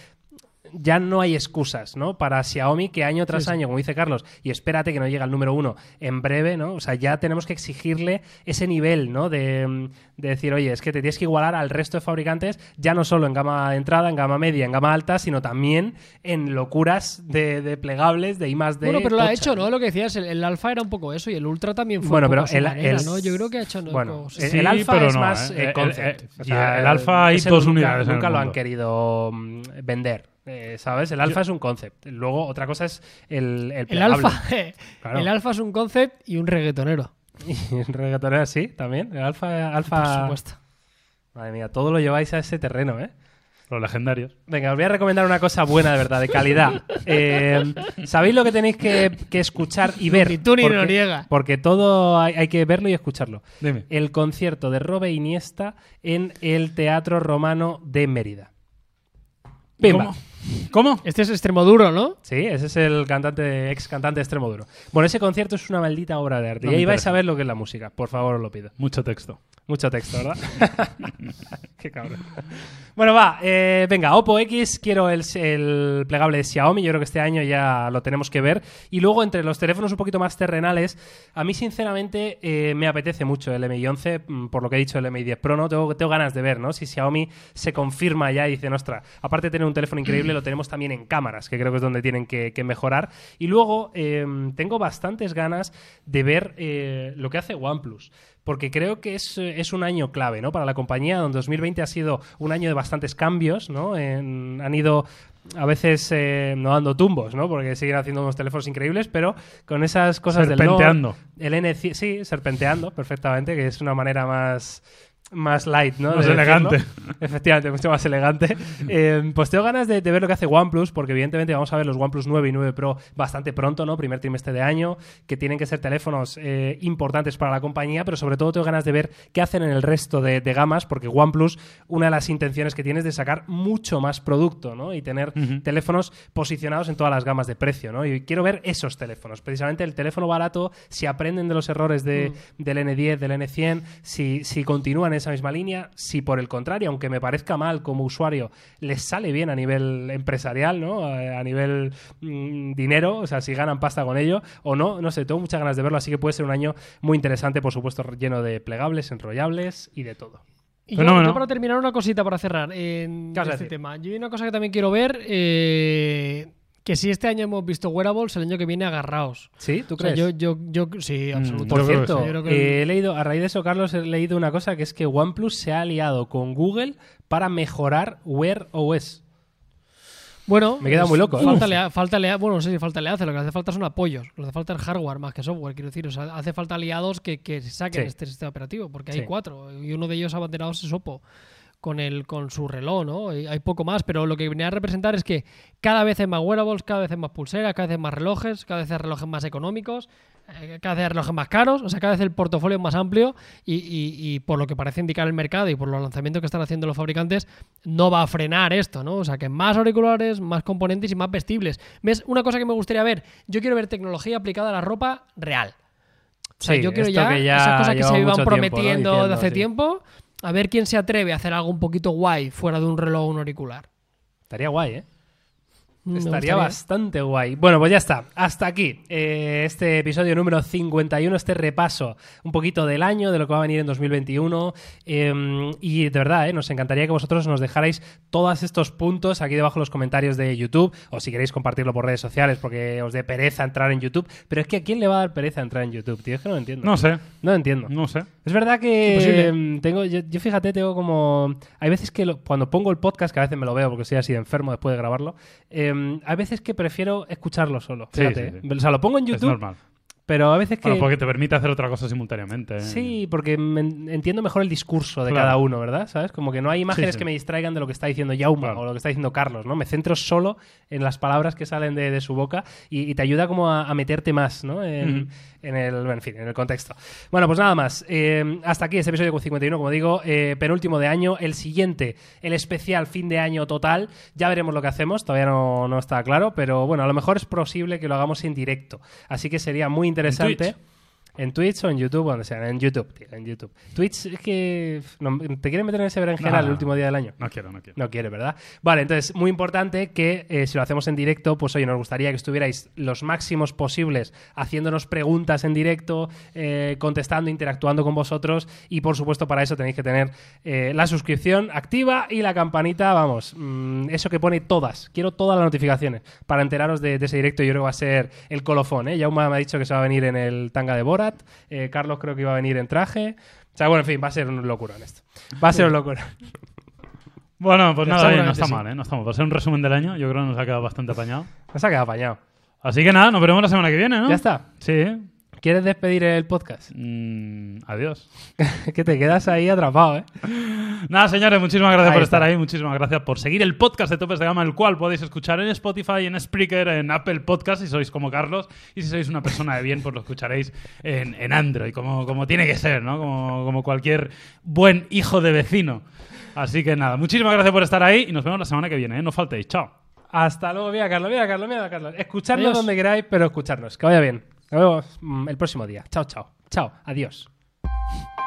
ya no hay excusas, ¿no? Para Xiaomi, que año tras año, como dice Carlos, y espérate que no llegue al número 1 en breve, ¿no? O sea, ya tenemos que exigirle ese nivel, ¿no? De decir, oye, es que te tienes que igualar al resto de fabricantes, ya no solo en gama de entrada, en gama media, en gama alta, sino también en locuras de plegables, de I+D. Bueno, pero lo ha tocha, hecho, ¿no? Lo que decías, el Alpha era un poco eso y el Ultra también fue Bueno, un poco pero a su el- manera, el- ¿no? Yo creo que ha hecho... Bueno, sí. el Alpha pero es no, más concept. O sea, el Alpha hay ese 2 nunca- unidades en el Nunca lo han mundo. querido vender, ¿sabes? El Alpha es un concept. Luego, otra cosa es el El plegable. Alpha, Claro. el Alpha es un concept y un reggaetonero, Y en reggaetonera sí, también. El Alpha... por supuesto. Madre mía, todo lo lleváis a ese terreno, ¿eh? Los legendarios. Venga, os voy a recomendar una cosa buena, de verdad, de calidad. ¿Sabéis lo que tenéis que escuchar y ver? Ni tú ni Noriega. Porque todo hay que verlo y escucharlo. Dime. El concierto de Robe Iniesta en el Teatro Romano de Mérida. ¡Pimba! ¿Cómo? Este es Extremoduro, ¿no? Sí, ese es el ex cantante de Extremoduro. Bueno, ese concierto es una maldita obra de arte. No y me ahí vais interesa. a ver lo que es la música. Por favor, os lo pido. Mucho texto. Mucho texto, ¿verdad? Qué cabrón. Bueno, va. Venga, Oppo X. Quiero el plegable de Xiaomi. Yo creo que este año ya lo tenemos que ver. Y luego, entre los teléfonos un poquito más terrenales, a mí, sinceramente, me apetece mucho el Mi 11, por lo que he dicho, el Mi 10 Pro, ¿no? Tengo ganas de ver, ¿no? Si Xiaomi se confirma ya y dice, ostras, aparte de tener un teléfono increíble, lo tenemos también en cámaras, que creo que es donde tienen que mejorar. Y luego, tengo bastantes ganas de ver lo que hace OnePlus. Porque creo que es un año clave, ¿no? Para la compañía, donde 2020 ha sido un año de bastantes cambios, ¿no? Han ido a veces no dando tumbos, ¿no? Porque siguen haciendo unos teléfonos increíbles, pero con esas cosas del Serpenteando. el N100, sí, serpenteando perfectamente, que es una manera más más light, ¿no? Más de elegante. decirlo. Efectivamente, mucho más elegante. Pues tengo ganas de ver lo que hace OnePlus, porque evidentemente vamos a ver los OnePlus 9 y 9 Pro bastante pronto, ¿no? Primer trimestre de año, que tienen que ser teléfonos importantes para la compañía, pero sobre todo tengo ganas de ver qué hacen en el resto de gamas, porque OnePlus, una de las intenciones que tiene es de sacar mucho más producto, ¿no? Y tener teléfonos posicionados en todas las gamas de precio, ¿no? Y quiero ver esos teléfonos. Precisamente el teléfono barato, si aprenden de los errores del N10, del N100, si continúan esa misma línea, si por el contrario, aunque me parezca mal como usuario, les sale bien a nivel empresarial, ¿no? A nivel dinero, o sea, si ganan pasta con ello o no, no sé, tengo muchas ganas de verlo, así que puede ser un año muy interesante, por supuesto, lleno de plegables, enrollables y de todo. Y yo para terminar, una cosita para cerrar en este tema. Yo hay una cosa que también quiero ver, que si este año hemos visto wearables, el año que viene agarraos. ¿Sí? ¿Tú crees? Yo sí, absolutamente. Por cierto, que he leído, a raíz de eso, Carlos, he leído una cosa, que es que OnePlus se ha aliado con Google para mejorar Wear OS. Bueno, me queda muy loco. Bueno, no sé si falta aliados, lo que hace falta son apoyos, lo que hace falta es hardware más que software, quiero decir, o sea, hace falta aliados que saquen este sistema operativo, porque hay 4 y uno de ellos abanderados es Oppo con su reloj, ¿no? Hay poco más, pero lo que venía a representar es que cada vez hay más wearables, cada vez hay más pulseras, cada vez hay más relojes, cada vez hay relojes más económicos, cada vez hay relojes más caros, o sea, cada vez el portafolio es más amplio y por lo que parece indicar el mercado y por los lanzamientos que están haciendo los fabricantes, no va a frenar esto, ¿no? O sea, que más auriculares, más componentes y más vestibles. ¿Ves? Una cosa que me gustaría ver, yo quiero ver tecnología aplicada a la ropa real. O sea, yo quiero ya esas cosas que se iban prometiendo, ¿no? De hace tiempo. A ver quién se atreve a hacer algo un poquito guay fuera de un reloj o un auricular. Estaría guay, ¿eh? Estaría bastante guay. Bueno, pues ya está. Hasta aquí este episodio número 51, este repaso un poquito del año, de lo que va a venir en 2021. Y de verdad, nos encantaría que vosotros nos dejarais todos estos puntos aquí debajo en los comentarios de YouTube, o si queréis compartirlo por redes sociales porque os dé pereza entrar en YouTube. Pero es que ¿a quién le va a dar pereza entrar en YouTube, tío? Es que no lo entiendo. No sé. No entiendo. No sé. Es verdad que yo fíjate, tengo como... Hay veces que cuando pongo el podcast, que a veces me lo veo porque estoy así de enfermo después de grabarlo, hay veces que prefiero escucharlo solo. Fíjate, sí. O sea, lo pongo en YouTube. Es normal. Pero a veces que... Bueno, porque te permite hacer otra cosa simultáneamente. Sí, porque entiendo mejor el discurso de cada uno, ¿verdad? ¿Sabes? Como que no hay imágenes que me distraigan de lo que está diciendo Jaume o lo que está diciendo Carlos, ¿no? Me centro solo en las palabras que salen de su boca y te ayuda como a meterte más, ¿no? En el contexto. Bueno, pues nada más. Hasta aquí este episodio 51, como digo, penúltimo de año. El siguiente, el especial fin de año total. Ya veremos lo que hacemos, todavía no está claro, pero bueno, a lo mejor es posible que lo hagamos en directo. Así que sería muy interesante. ¿En Twitch o en YouTube? Donde sea, en YouTube, tío, en YouTube. Twitch es que... ¿Te quieren meter en ese berenjenal el último día del año? No quiero. No quiere, ¿verdad? Vale, entonces, muy importante que si lo hacemos en directo, pues oye, nos gustaría que estuvierais los máximos posibles haciéndonos preguntas en directo, contestando, interactuando con vosotros y, por supuesto, para eso tenéis que tener la suscripción activa y la campanita, vamos, eso que pone todas. Quiero todas las notificaciones para enteraros de ese directo. Yo creo que va a ser el colofón, ¿eh? Jaume me ha dicho que se va a venir en el tanga de Borat. Carlos creo que iba a venir en traje. O sea, bueno, en fin, va a ser un locura en esto. Va a ser un locura. Bueno, pues nada, no está mal, ¿eh? No estamos. Va a ser un resumen del año. Yo creo que nos ha quedado bastante apañado. Nos ha quedado apañado. Así que nada, nos veremos la semana que viene, ¿no? Ya está. Sí. ¿Quieres despedir el podcast? Adiós. Que te quedas ahí atrapado, ¿eh? Nada, señores, muchísimas gracias por estar ahí. Muchísimas gracias por seguir el podcast de Topes de Gama, el cual podéis escuchar en Spotify, en Spreaker, en Apple Podcast, si sois como Carlos. Y si sois una persona de bien, pues lo escucharéis en Android, como tiene que ser, ¿no? Como cualquier buen hijo de vecino. Así que nada, muchísimas gracias por estar ahí y nos vemos la semana que viene, ¿eh? No faltéis. Chao. Hasta luego. Mira, Carlos. Escuchadnos donde queráis, pero escuchadnos. Que vaya bien. Nos vemos el próximo día. Chao. Adiós.